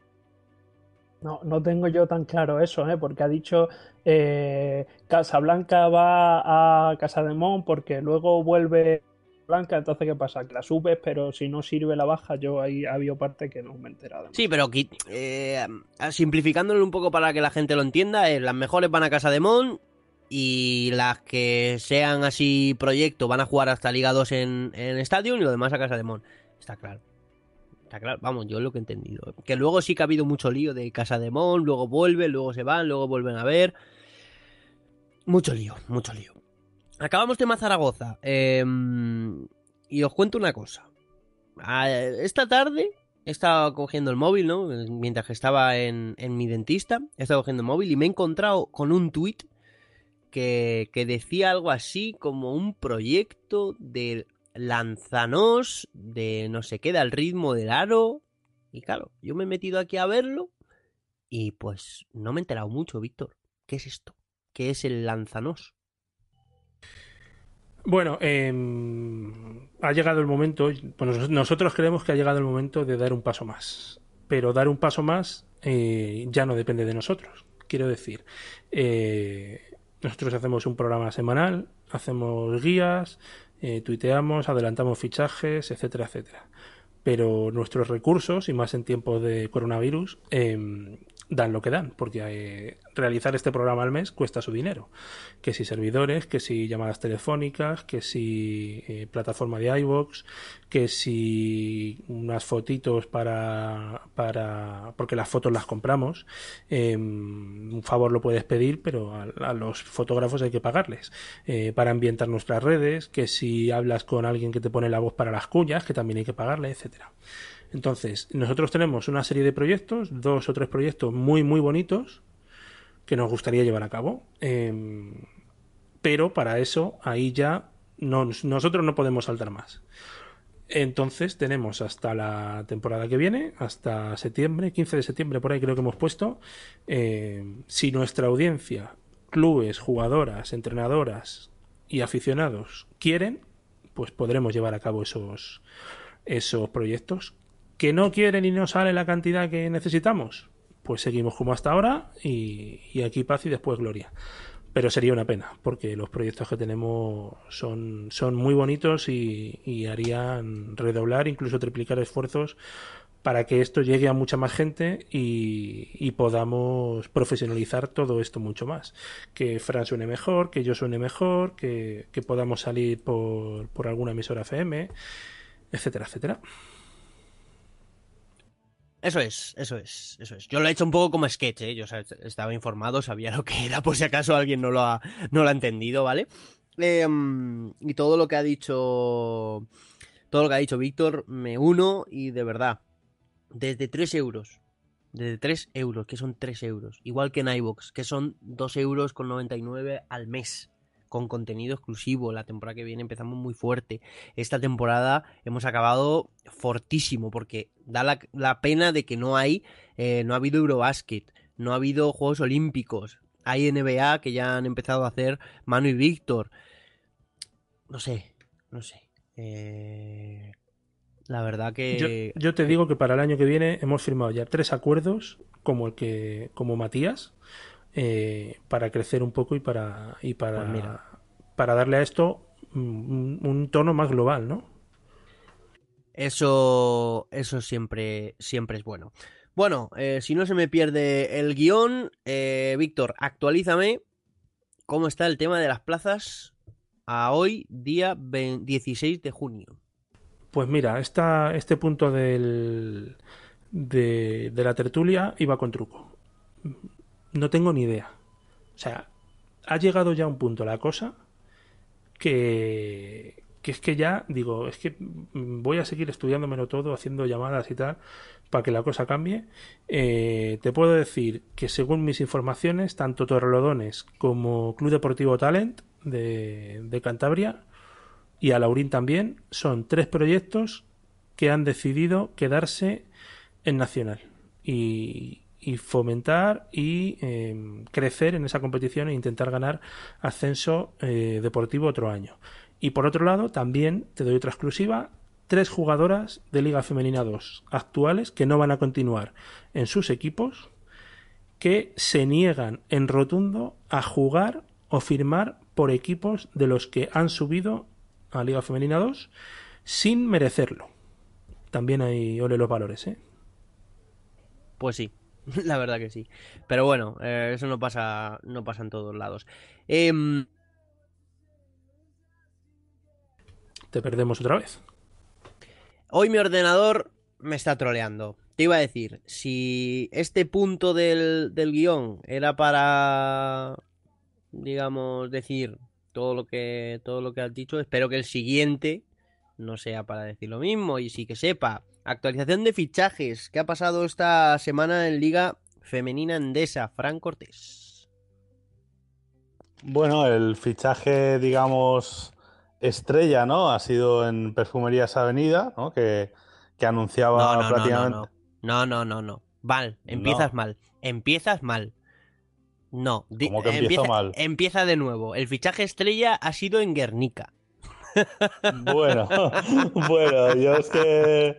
No tengo yo tan claro eso, porque ha dicho Casablanca va a Casa de Mon porque luego vuelve Blanca, entonces ¿qué pasa? Que la subes, pero si no sirve la baja, yo ahí ha habido parte que no me he enterado. Sí, pero simplificándolo un poco para que la gente lo entienda, las mejores van a Casa de Mon y las que sean así proyecto van a jugar hasta Liga 2 en Stadium y lo demás a Casa de Mon. Está claro. Está claro, vamos, yo es lo que he entendido. Que luego sí que ha habido mucho lío de Casa de Mon, luego vuelven, luego se van, luego vuelven a ver. Mucho lío, mucho lío. Acabamos tema Zaragoza. Y os cuento una cosa. Esta tarde he estado cogiendo el móvil, ¿no? Mientras que estaba en mi dentista, he estado cogiendo el móvil y me he encontrado con un tuit que decía algo así como un proyecto de lanzanos de no sé qué, al ritmo del aro. Y claro, yo me he metido aquí a verlo y pues no me he enterado mucho, Víctor. ¿Qué es esto? ¿Qué es el lanzanos? Bueno, ha llegado el momento, bueno, nosotros creemos que ha llegado el momento de dar un paso más, pero dar un paso más ya no depende de nosotros. Quiero decir, nosotros hacemos un programa semanal, hacemos guías, tuiteamos, adelantamos fichajes, etcétera, etcétera. Pero nuestros recursos, y más en tiempos de coronavirus, dan lo que dan, porque realizar este programa al mes cuesta su dinero. Que si servidores, que si llamadas telefónicas, que si plataforma de iVoox, que si unas fotitos porque las fotos las compramos. Un favor lo puedes pedir, pero a los fotógrafos hay que pagarles para ambientar nuestras redes, que si hablas con alguien que te pone la voz para las cuñas, que también hay que pagarle, etcétera. Entonces, nosotros tenemos una serie de proyectos, 2 o 3 proyectos muy, muy bonitos que nos gustaría llevar a cabo. Pero para eso, ahí ya nosotros no podemos saltar más. Entonces, tenemos hasta la temporada que viene, hasta septiembre, 15 de septiembre, por ahí creo que hemos puesto. Si nuestra audiencia, clubes, jugadoras, entrenadoras y aficionados quieren, pues podremos llevar a cabo esos proyectos. ¿Que no quieren y no sale la cantidad que necesitamos? Pues seguimos como hasta ahora y aquí paz y después gloria. Pero sería una pena, porque los proyectos que tenemos son muy bonitos y harían redoblar, incluso triplicar esfuerzos para que esto llegue a mucha más gente y podamos profesionalizar todo esto mucho más. Que Fran suene mejor, que yo suene mejor, que podamos salir por alguna emisora FM, etcétera, etcétera. Eso es. Yo lo he hecho un poco como sketch, ¿eh? Yo estaba informado, sabía lo que era, por si acaso alguien no lo ha entendido, ¿vale? Y todo lo que ha dicho Víctor, me uno y de verdad, desde 3 euros, que son 3 euros, igual que en iVoox, que son 2,99 € al mes, con contenido exclusivo. La temporada que viene empezamos muy fuerte. Esta temporada hemos acabado fortísimo, porque da la pena de que no ha habido Eurobasket, no ha habido Juegos Olímpicos, hay NBA que ya han empezado a hacer Manu y Víctor. No sé. La verdad que... Yo te digo que para el año que viene hemos firmado ya 3 acuerdos, como Matías, para crecer un poco y para darle a esto un tono más global, ¿no? Eso siempre es bueno. Bueno, si no se me pierde el guión, Víctor, actualízame cómo está el tema de las plazas a hoy, día 16 de junio. Pues mira, este punto de la tertulia iba con truco. No tengo ni idea. O sea, ha llegado ya a un punto la cosa que es que ya digo, es que voy a seguir estudiándomelo todo, haciendo llamadas y tal, para que la cosa cambie. Te puedo decir que según mis informaciones, tanto Torrelodones como Club Deportivo Talent de Cantabria y Alaurín también, son 3 proyectos que han decidido quedarse en Nacional y fomentar y crecer en esa competición e intentar ganar ascenso deportivo otro año. Y por otro lado, también te doy otra exclusiva: 3 jugadoras de Liga Femenina 2 actuales que no van a continuar en sus equipos, que se niegan en rotundo a jugar o firmar por equipos de los que han subido a Liga Femenina 2 sin merecerlo. También hay ole los valores, ¿eh? Pues sí, la verdad que sí. Pero bueno, eso no pasa en todos lados. Te perdemos otra vez. Hoy mi ordenador me está troleando. Te iba a decir, si este punto del guión era para digamos, decir todo lo que has dicho. Espero que el siguiente no sea para decir lo mismo y sí que sepa. Actualización de fichajes. ¿Qué ha pasado esta semana en Liga Femenina Endesa? Fran Cortés. Bueno, el fichaje, digamos, estrella, ¿no? Ha sido en Perfumerías Avenida, ¿no? Que anunciaba No. prácticamente. No. Mal, empiezas No, mal. Empiezas mal. No, ¿cómo que empiezo mal? empieza de nuevo. El fichaje estrella ha sido en Guernica. Bueno, bueno, yo es que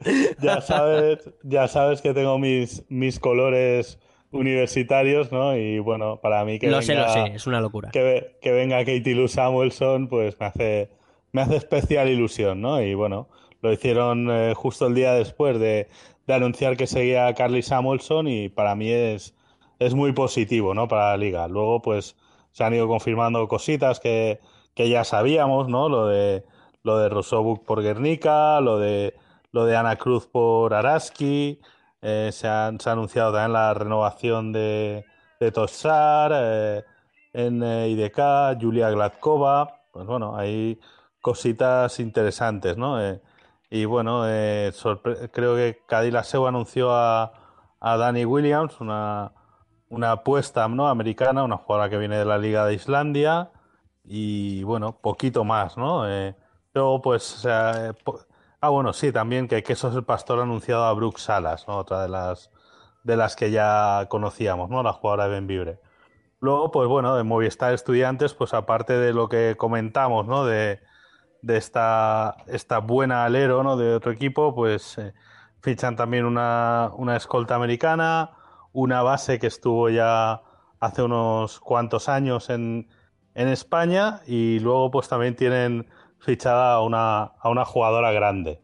ya sabes que tengo mis colores universitarios, ¿no? Y bueno, para mí Lo sé, es una locura. que venga Katie Lou Samuelson, pues me hace especial ilusión, ¿no? Y bueno, lo hicieron justo el día después de anunciar que seguía Carly Samuelson y para mí es muy positivo, ¿no? Para la liga. Luego, pues se han ido confirmando cositas que ya sabíamos, ¿no? Lo de Rosobuk por Guernica, lo de Ana Cruz por Araski, se ha anunciado también la renovación de Tossar, en IDK, Julia Gladkova, pues bueno, hay cositas interesantes, ¿no? Y bueno, creo que Cadila Seu anunció a Dani Williams, una apuesta, ¿no? Americana, una jugadora que viene de la Liga de Islandia y bueno, poquito más, ¿no? Luego, pues, bueno, sí, también que Quesos el Pastor ha anunciado a Brooke Salas, ¿no? Otra de las que ya conocíamos, ¿no? La jugadora de Benvibre. Luego, pues bueno, de Movistar Estudiantes, pues aparte de lo que comentamos, ¿no? De esta buena alero, ¿no? De otro equipo, pues fichan también una escolta americana, una base que estuvo ya hace unos cuantos años en España y luego pues también tienen fichada a una jugadora grande.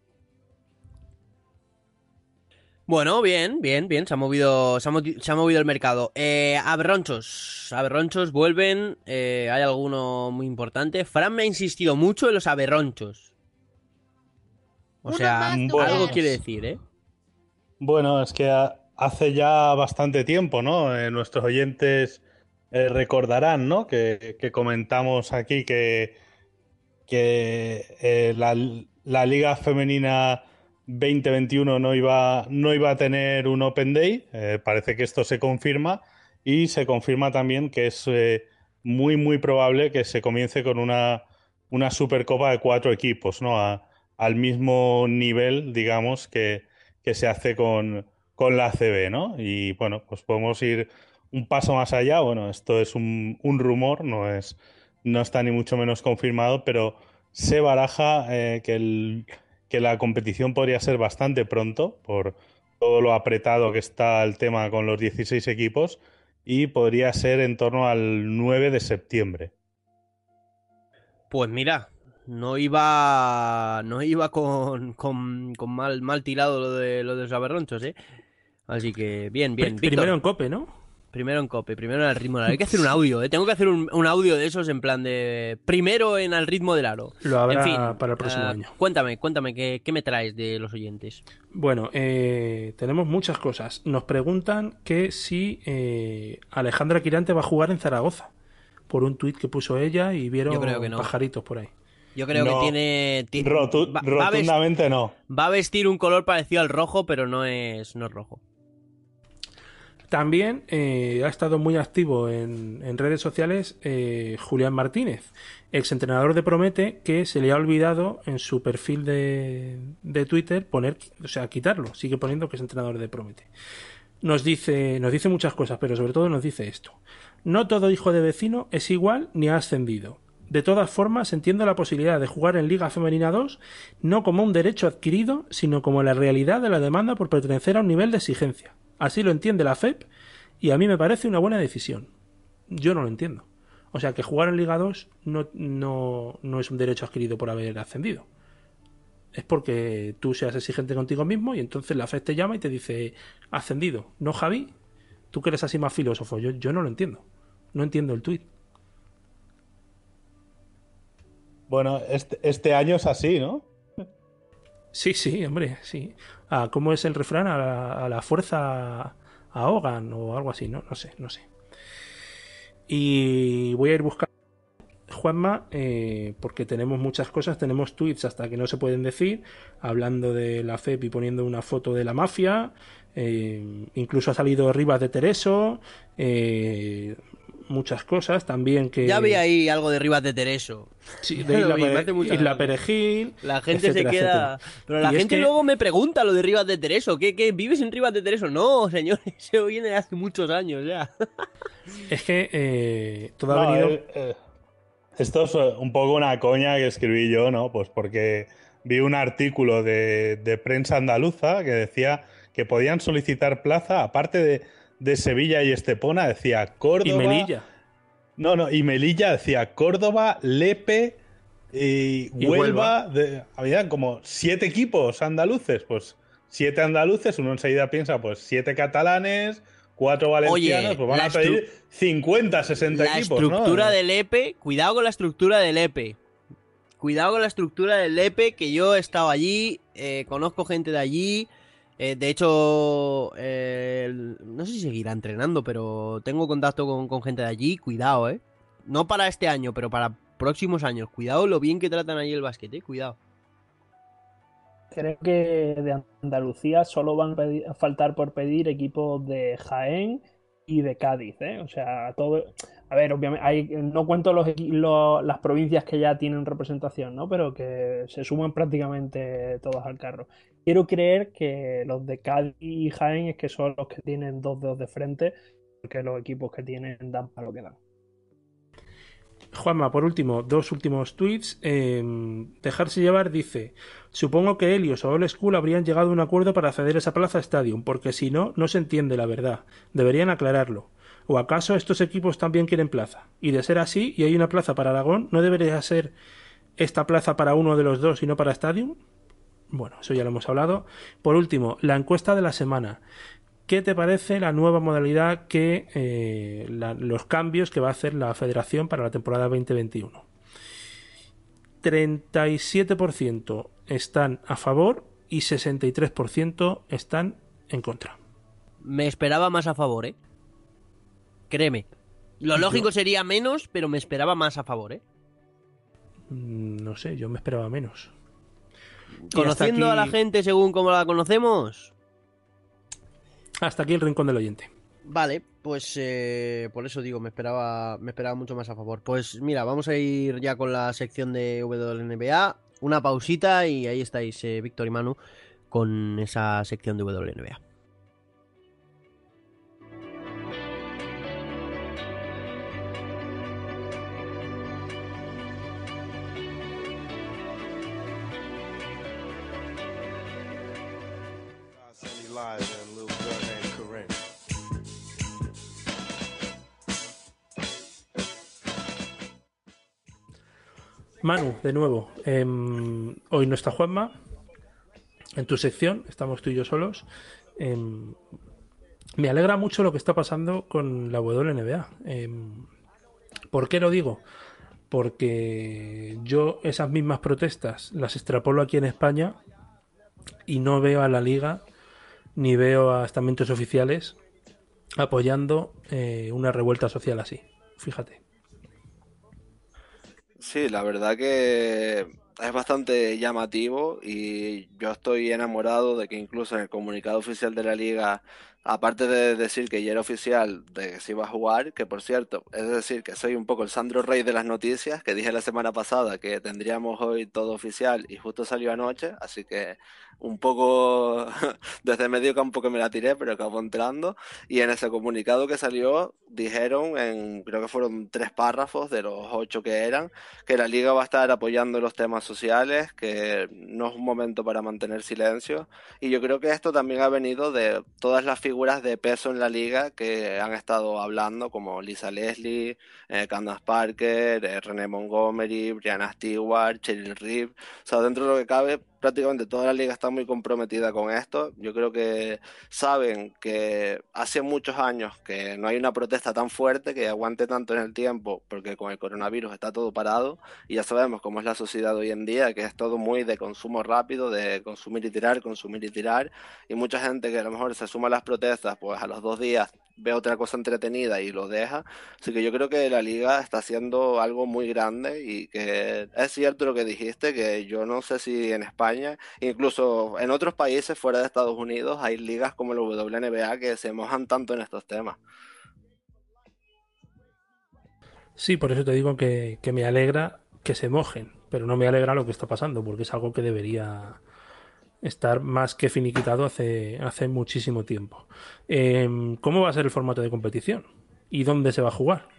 Bueno, bien. Se ha movido, se ha movido el mercado. Aberronchos vuelven. Hay alguno muy importante. Fran me ha insistido mucho en los aberronchos. O sea, Bueno, algo quiere decir, ¿eh? bueno, es que hace ya bastante tiempo, ¿no? Nuestros oyentes recordarán, ¿no? Que comentamos aquí que la Liga Femenina 2021 no iba a tener un Open Day. Parece que esto se confirma y se confirma también que es muy probable que se comience con una Supercopa de 4 equipos, ¿no? Al mismo nivel, digamos, que se hace con la ACB, ¿no? Y bueno, pues podemos ir un paso más allá. Bueno, esto es un rumor, no está ni mucho menos confirmado, pero se baraja que la competición podría ser bastante pronto por todo lo apretado que está el tema con los 16 equipos y podría ser en torno al 9 de septiembre. Pues mira, no iba con mal tirado lo de los aberronchos, ¿eh? Así que bien. Víctor. Primero en COPE, ¿no? Primero en COPE, primero en Al Ritmo del Aro. Hay que hacer un audio, ¿eh? Tengo que hacer un audio de esos en plan de... Primero en Al Ritmo del Aro. Lo habrá en fin, para el próximo año. Cuéntame, ¿qué me traes de los oyentes? Bueno, tenemos muchas cosas. Nos preguntan que si Alejandra Quirante va a jugar en Zaragoza. Por un tuit que puso ella y vieron Yo creo que no. pajaritos por ahí. Yo creo que tiene... Rotundamente no. Va a vestir un color parecido al rojo, pero no es rojo. También ha estado muy activo en redes sociales Julián Martínez, exentrenador de Promete, que se le ha olvidado en su perfil de Twitter quitarlo. Sigue poniendo que es entrenador de Promete. Nos dice muchas cosas, pero sobre todo nos dice esto. No todo hijo de vecino es igual ni ha ascendido. De todas formas, entiendo la posibilidad de jugar en Liga Femenina 2 no como un derecho adquirido, sino como la realidad de la demanda por pertenecer a un nivel de exigencia. Así lo entiende la FEP y a mí me parece una buena decisión. Yo no lo entiendo. O sea, que jugar en Liga 2 no es un derecho adquirido por haber ascendido. Es porque tú seas exigente contigo mismo y entonces la FEP te llama y te dice ascendido. ¿No, Javi? Tú que eres así más filósofo. Yo no lo entiendo. No entiendo el tuit. Bueno, este año es así, ¿no? Sí, hombre, sí. ¿Cómo es el refrán? A la fuerza ahogan o algo así, ¿no? No sé. Y voy a ir buscando, Juanma, porque tenemos muchas cosas, tenemos tweets hasta que no se pueden decir, hablando de la FEP y poniendo una foto de la mafia, incluso ha salido Rivas de Tereso, muchas cosas también que... Ya vi ahí algo de Rivas de Tereso. Sí, de Isla Perejil, la gente etcétera, se queda... etcétera. Pero la Y es gente que- luego me pregunta lo de Rivas de Tereso. ¿Qué? ¿Vives en Rivas de Tereso? No, señor, eso viene de hace muchos años ya. Es que todo ha No, venido... esto es un poco una coña que escribí yo, ¿no? Pues porque vi un artículo de prensa andaluza que decía que podían solicitar plaza, aparte de Sevilla y Estepona, decía Córdoba... Y Melilla. No, y Melilla decía Córdoba, Lepe y Huelva. Había como 7 equipos andaluces, pues 7 andaluces, uno enseguida piensa, pues 7 catalanes, 4 valencianos, Oye, pues van a pedir 50, 60 La equipos, ¿no? estructura del EPE, cuidado con la estructura del EPE. Cuidado con la estructura del EPE, que yo he estado allí, conozco gente de allí. De hecho, no sé si seguirá entrenando, pero tengo contacto con gente de allí. Cuidado, no para este año, pero para próximos años. Cuidado lo bien que tratan allí el básquet, cuidado. Creo que de Andalucía solo van a faltar por pedir equipos de Jaén y de Cádiz, ¿eh? O sea, todo... A ver, obviamente, no cuento las provincias que ya tienen representación, ¿no? Pero que se suman prácticamente todos al carro. Quiero creer que los de Cádiz y Jaén es que son los que tienen 2 dedos de frente, porque los equipos que tienen dan para lo que dan. Juanma, por último, 2 últimos tweets. Dejarse llevar dice: supongo que Helios o Old School habrían llegado a un acuerdo para ceder esa plaza a Stadium, porque si no, no se entiende la verdad. Deberían aclararlo. ¿O acaso estos equipos también quieren plaza? Y de ser así, y hay una plaza para Aragón, ¿no debería ser esta plaza para uno de los dos y no para Stadium? Bueno, eso ya lo hemos hablado. Por último, la encuesta de la semana. ¿Qué te parece la nueva modalidad los cambios que va a hacer la Federación para la temporada 2021? 37% están a favor y 63% están en contra. Me esperaba más a favor, Créeme. Lo lógico sería menos, pero me esperaba más a favor, No sé, yo me esperaba menos. Conociendo a la gente según como la conocemos. Hasta aquí el rincón del oyente. Vale, pues por eso digo, me esperaba mucho más a favor. Pues mira, vamos a ir ya con la sección de WNBA. Una pausita y ahí estáis, Víctor y Manu, con esa sección de WNBA. Manu, de nuevo, hoy no está Juanma en tu sección, estamos tú y yo solos. Me alegra mucho lo que está pasando con la WNBA. ¿Por qué lo digo? Porque yo esas mismas protestas las extrapolo aquí en España y no veo a la liga ni veo a estamentos oficiales apoyando una revuelta social así. Fíjate. Sí, la verdad que es bastante llamativo y yo estoy enamorado de que incluso en el comunicado oficial de la liga, aparte de decir que ya era oficial de que se iba a jugar, que por cierto, es decir, que soy un poco el Sandro Rey de las noticias, que dije la semana pasada que tendríamos hoy todo oficial y justo salió anoche, así que un poco desde medio campo que me la tiré, pero acabó entrando. Y en ese comunicado que salió, dijeron, creo que fueron 3 párrafos de los 8 que eran, que la liga va a estar apoyando los temas sociales, que no es un momento para mantener silencio. Y yo creo que esto también ha venido de todas las figuras de peso en la liga que han estado hablando, como Lisa Leslie, Candace Parker, Renee Montgomery, Brianna Stewart, Cheryl Reeve. O sea, dentro de lo que cabe, prácticamente toda la liga está muy comprometida con esto. Yo creo que saben que hace muchos años que no hay una protesta tan fuerte que aguante tanto en el tiempo, porque con el coronavirus está todo parado y ya sabemos cómo es la sociedad hoy en día, que es todo muy de consumo rápido, de consumir y tirar, y mucha gente que a lo mejor se suma a las protestas, pues a los 2 días ve otra cosa entretenida y lo deja. Así que yo creo que la liga está haciendo algo muy grande y que es cierto lo que dijiste, que yo no sé si en España, incluso en otros países fuera de Estados Unidos, hay ligas como la WNBA que se mojan tanto en estos temas. Sí, por eso te digo que me alegra que se mojen, pero no me alegra lo que está pasando, porque es algo que debería estar más que finiquitado hace muchísimo tiempo. ¿Cómo va a ser el formato de competición? ¿Y dónde se va a jugar?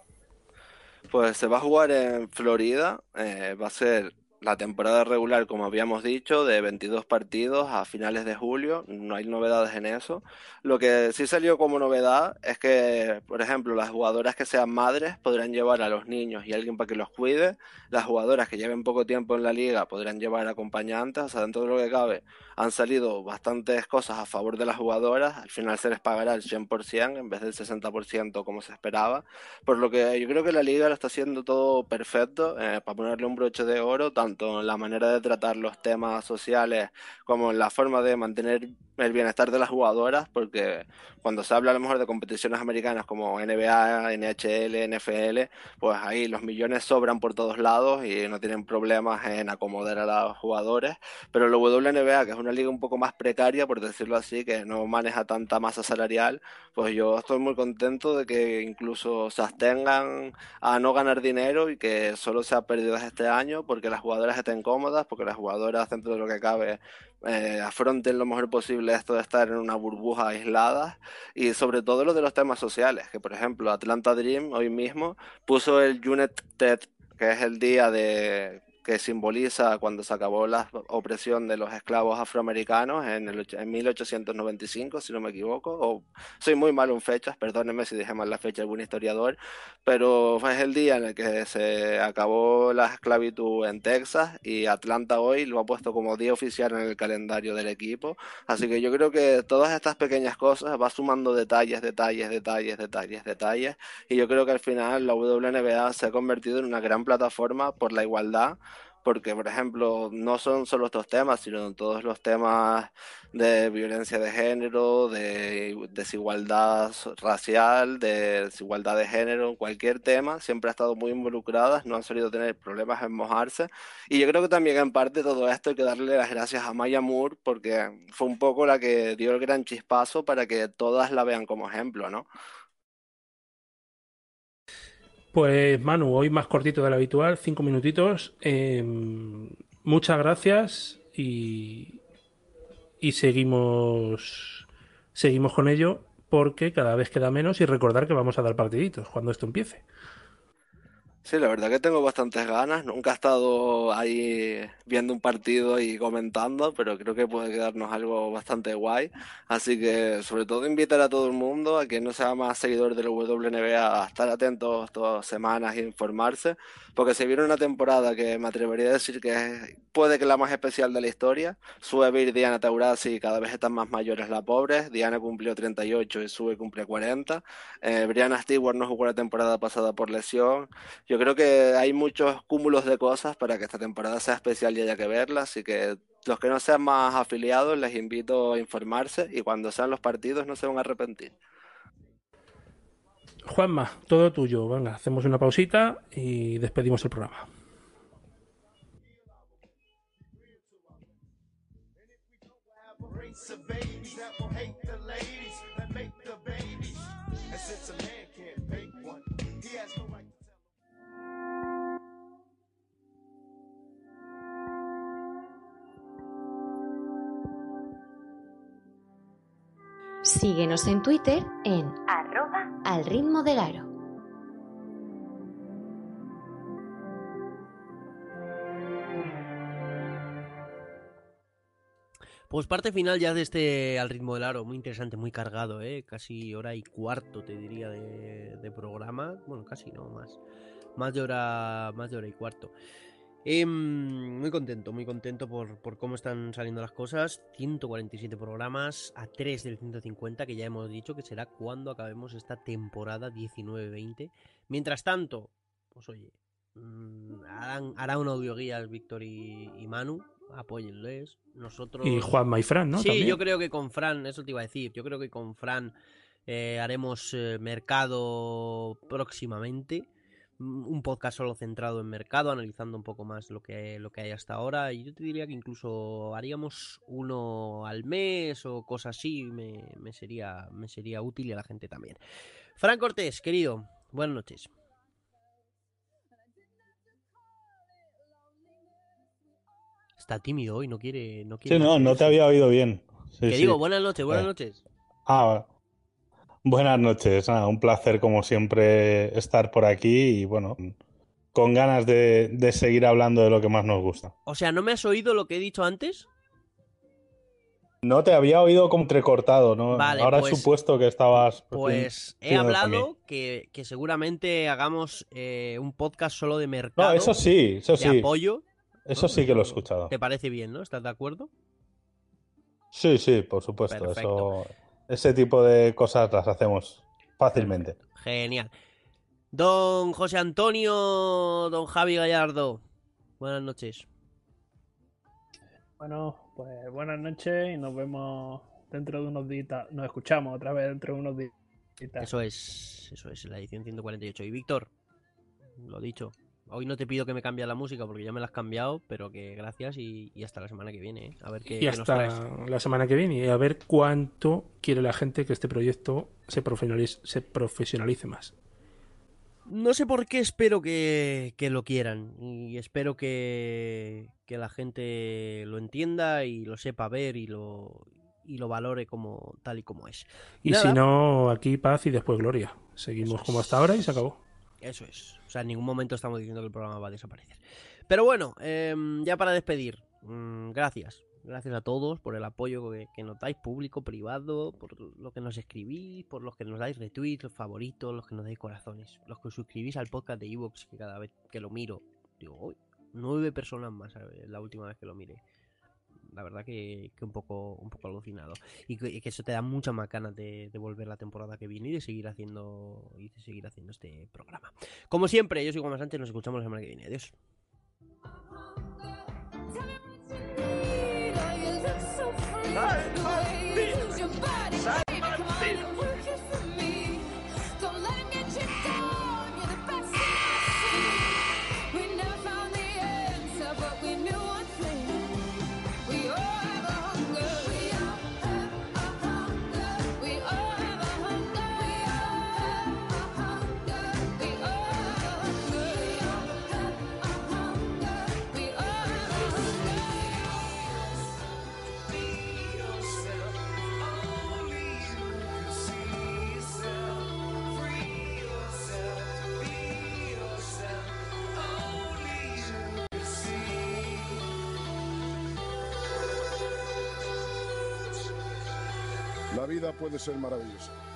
Pues se va a jugar en Florida, va a ser la temporada regular, como habíamos dicho, de 22 partidos a finales de julio, no hay novedades en eso. Lo que sí salió como novedad es que, por ejemplo, las jugadoras que sean madres podrán llevar a los niños y alguien para que los cuide, las jugadoras que lleven poco tiempo en la liga podrán llevar acompañantes, o sea, dentro de lo que cabe, han salido bastantes cosas a favor de las jugadoras, al final se les pagará el 100% en vez del 60% como se esperaba. Por lo que yo creo que la liga lo está haciendo todo perfecto, para ponerle un broche de oro, tanto en la manera de tratar los temas sociales como en la forma de mantener el bienestar de las jugadoras, porque cuando se habla a lo mejor de competiciones americanas como NBA, NHL, NFL, pues ahí los millones sobran por todos lados y no tienen problemas en acomodar a los jugadores, pero la WNBA, que es una liga un poco más precaria, por decirlo así, que no maneja tanta masa salarial, pues yo estoy muy contento de que incluso se abstengan a no ganar dinero y que solo sea pérdidas este año porque las jugadoras estén cómodas, porque las jugadoras dentro de lo que cabe afronten lo mejor posible esto de estar en una burbuja aislada y sobre todo lo de los temas sociales, que por ejemplo Atlanta Dream hoy mismo puso el Unit Tet, que es el día de que simboliza cuando se acabó la opresión de los esclavos afroamericanos en 1895, si no me equivoco, o soy muy malo en fechas, perdónenme si dije mal la fecha algún historiador, pero fue el día en el que se acabó la esclavitud en Texas y Atlanta hoy lo ha puesto como día oficial en el calendario del equipo, así que yo creo que todas estas pequeñas cosas va sumando detalles, detalles, detalles, detalles, detalles, y yo creo que al final la WNBA se ha convertido en una gran plataforma por la igualdad, porque, por ejemplo, no son solo estos temas, sino todos los temas de violencia de género, de desigualdad racial, de desigualdad de género, cualquier tema, siempre ha estado muy involucradas, no han solido tener problemas en mojarse. Y yo creo que también en parte todo esto hay que darle las gracias a Maya Moore, porque fue un poco la que dio el gran chispazo para que todas la vean como ejemplo, ¿no? Pues Manu, hoy más cortito de lo habitual, 5 minutitos. Muchas gracias y seguimos con ello porque cada vez queda menos y recordar que vamos a dar partiditos cuando esto empiece. Sí, la verdad que tengo bastantes ganas. Nunca he estado ahí viendo un partido y comentando, pero creo que puede quedarnos algo bastante guay. Así que, sobre todo, invitar a todo el mundo, a quien no sea más seguidor de la WNBA, a estar atentos todas semanas e informarse, porque se viene una temporada que me atrevería a decir que puede que la más especial de la historia. Sube ir Diana Taurasi y cada vez están más mayores las pobres. Diana cumplió 38 y Sube cumple 40. Brianna Stewart no jugó la temporada pasada por lesión. Yo creo que hay muchos cúmulos de cosas para que esta temporada sea especial y haya que verla, así que los que no sean más afiliados les invito a informarse y cuando sean los partidos no se van a arrepentir. Juanma, todo tuyo. Venga, hacemos una pausita y despedimos el programa. Síguenos en Twitter en @alritmodelaro. Pues parte final ya de este Al ritmo del aro, muy interesante, muy cargado, casi hora y cuarto te diría de programa, bueno casi no, más de hora y cuarto. Muy contento por cómo están saliendo las cosas. 147 programas a 3 del 150, que ya hemos dicho que será cuando acabemos esta temporada 19-20. Mientras tanto, pues oye, hará un audioguía Víctor y Manu, apóyenles. Nosotros... Y Juanma y Fran, ¿no? Sí, ¿También? yo creo que con Fran, eso te iba a decir, yo creo que con Fran Haremos mercado próximamente. Un podcast solo centrado en mercado, analizando un poco más lo que hay hasta ahora. Y yo te diría que incluso haríamos uno al mes o cosas así. Me sería útil y a la gente también. Fran Cortés, querido, buenas noches. Está tímido hoy, no quiere. Sí, no te había oído bien. Sí, que sí. digo, buenas noches. Buenas noches. Un placer, como siempre, estar por aquí y, bueno, con ganas de seguir hablando de lo que más nos gusta. O sea, ¿no me has oído lo que he dicho antes? No te había oído como entrecortado, ¿no? Vale, ahora pues, he supuesto que estabas... Pues he hablado que seguramente hagamos un podcast solo de mercado. No, eso sí. De apoyo. Eso sí que lo he escuchado. ¿Te parece bien, no? ¿Estás de acuerdo? Sí, por supuesto. Perfecto. Ese tipo de cosas las hacemos fácilmente. Perfecto. Genial. Don José Antonio, don Javi Gallardo, buenas noches. Bueno, pues buenas noches y nos vemos dentro de unos días. Nos escuchamos otra vez dentro de unos días. Eso es, la edición 148. Y Víctor, lo dicho, hoy no te pido que me cambies la música porque ya me la has cambiado, pero que gracias y hasta la semana que viene, ¿eh? A ver qué nos traes. La semana que viene y a ver cuánto quiere la gente que este proyecto se profesionalice más. No sé por qué espero que lo quieran y espero que la gente lo entienda y lo sepa ver y lo valore como tal y como es. Y si no, aquí paz y después gloria. Seguimos como hasta ahora y se acabó. Eso es. O sea, en ningún momento estamos diciendo que el programa va a desaparecer. Pero bueno, ya para despedir, gracias. Gracias a todos por el apoyo que nos dais, público, privado, por lo que nos escribís, por los que nos dais retweets, favoritos, los que nos dais corazones, los que os suscribís al podcast de Evox, que cada vez que lo miro, digo, uy, 9 personas más la última vez que lo miré. La verdad que un poco alucinado. Y que eso te da muchas más ganas de volver la temporada que viene y de seguir haciendo este programa. Como siempre, yo soy Juan Sánchez, nos escuchamos la semana que viene. Adiós. La vida puede ser maravillosa.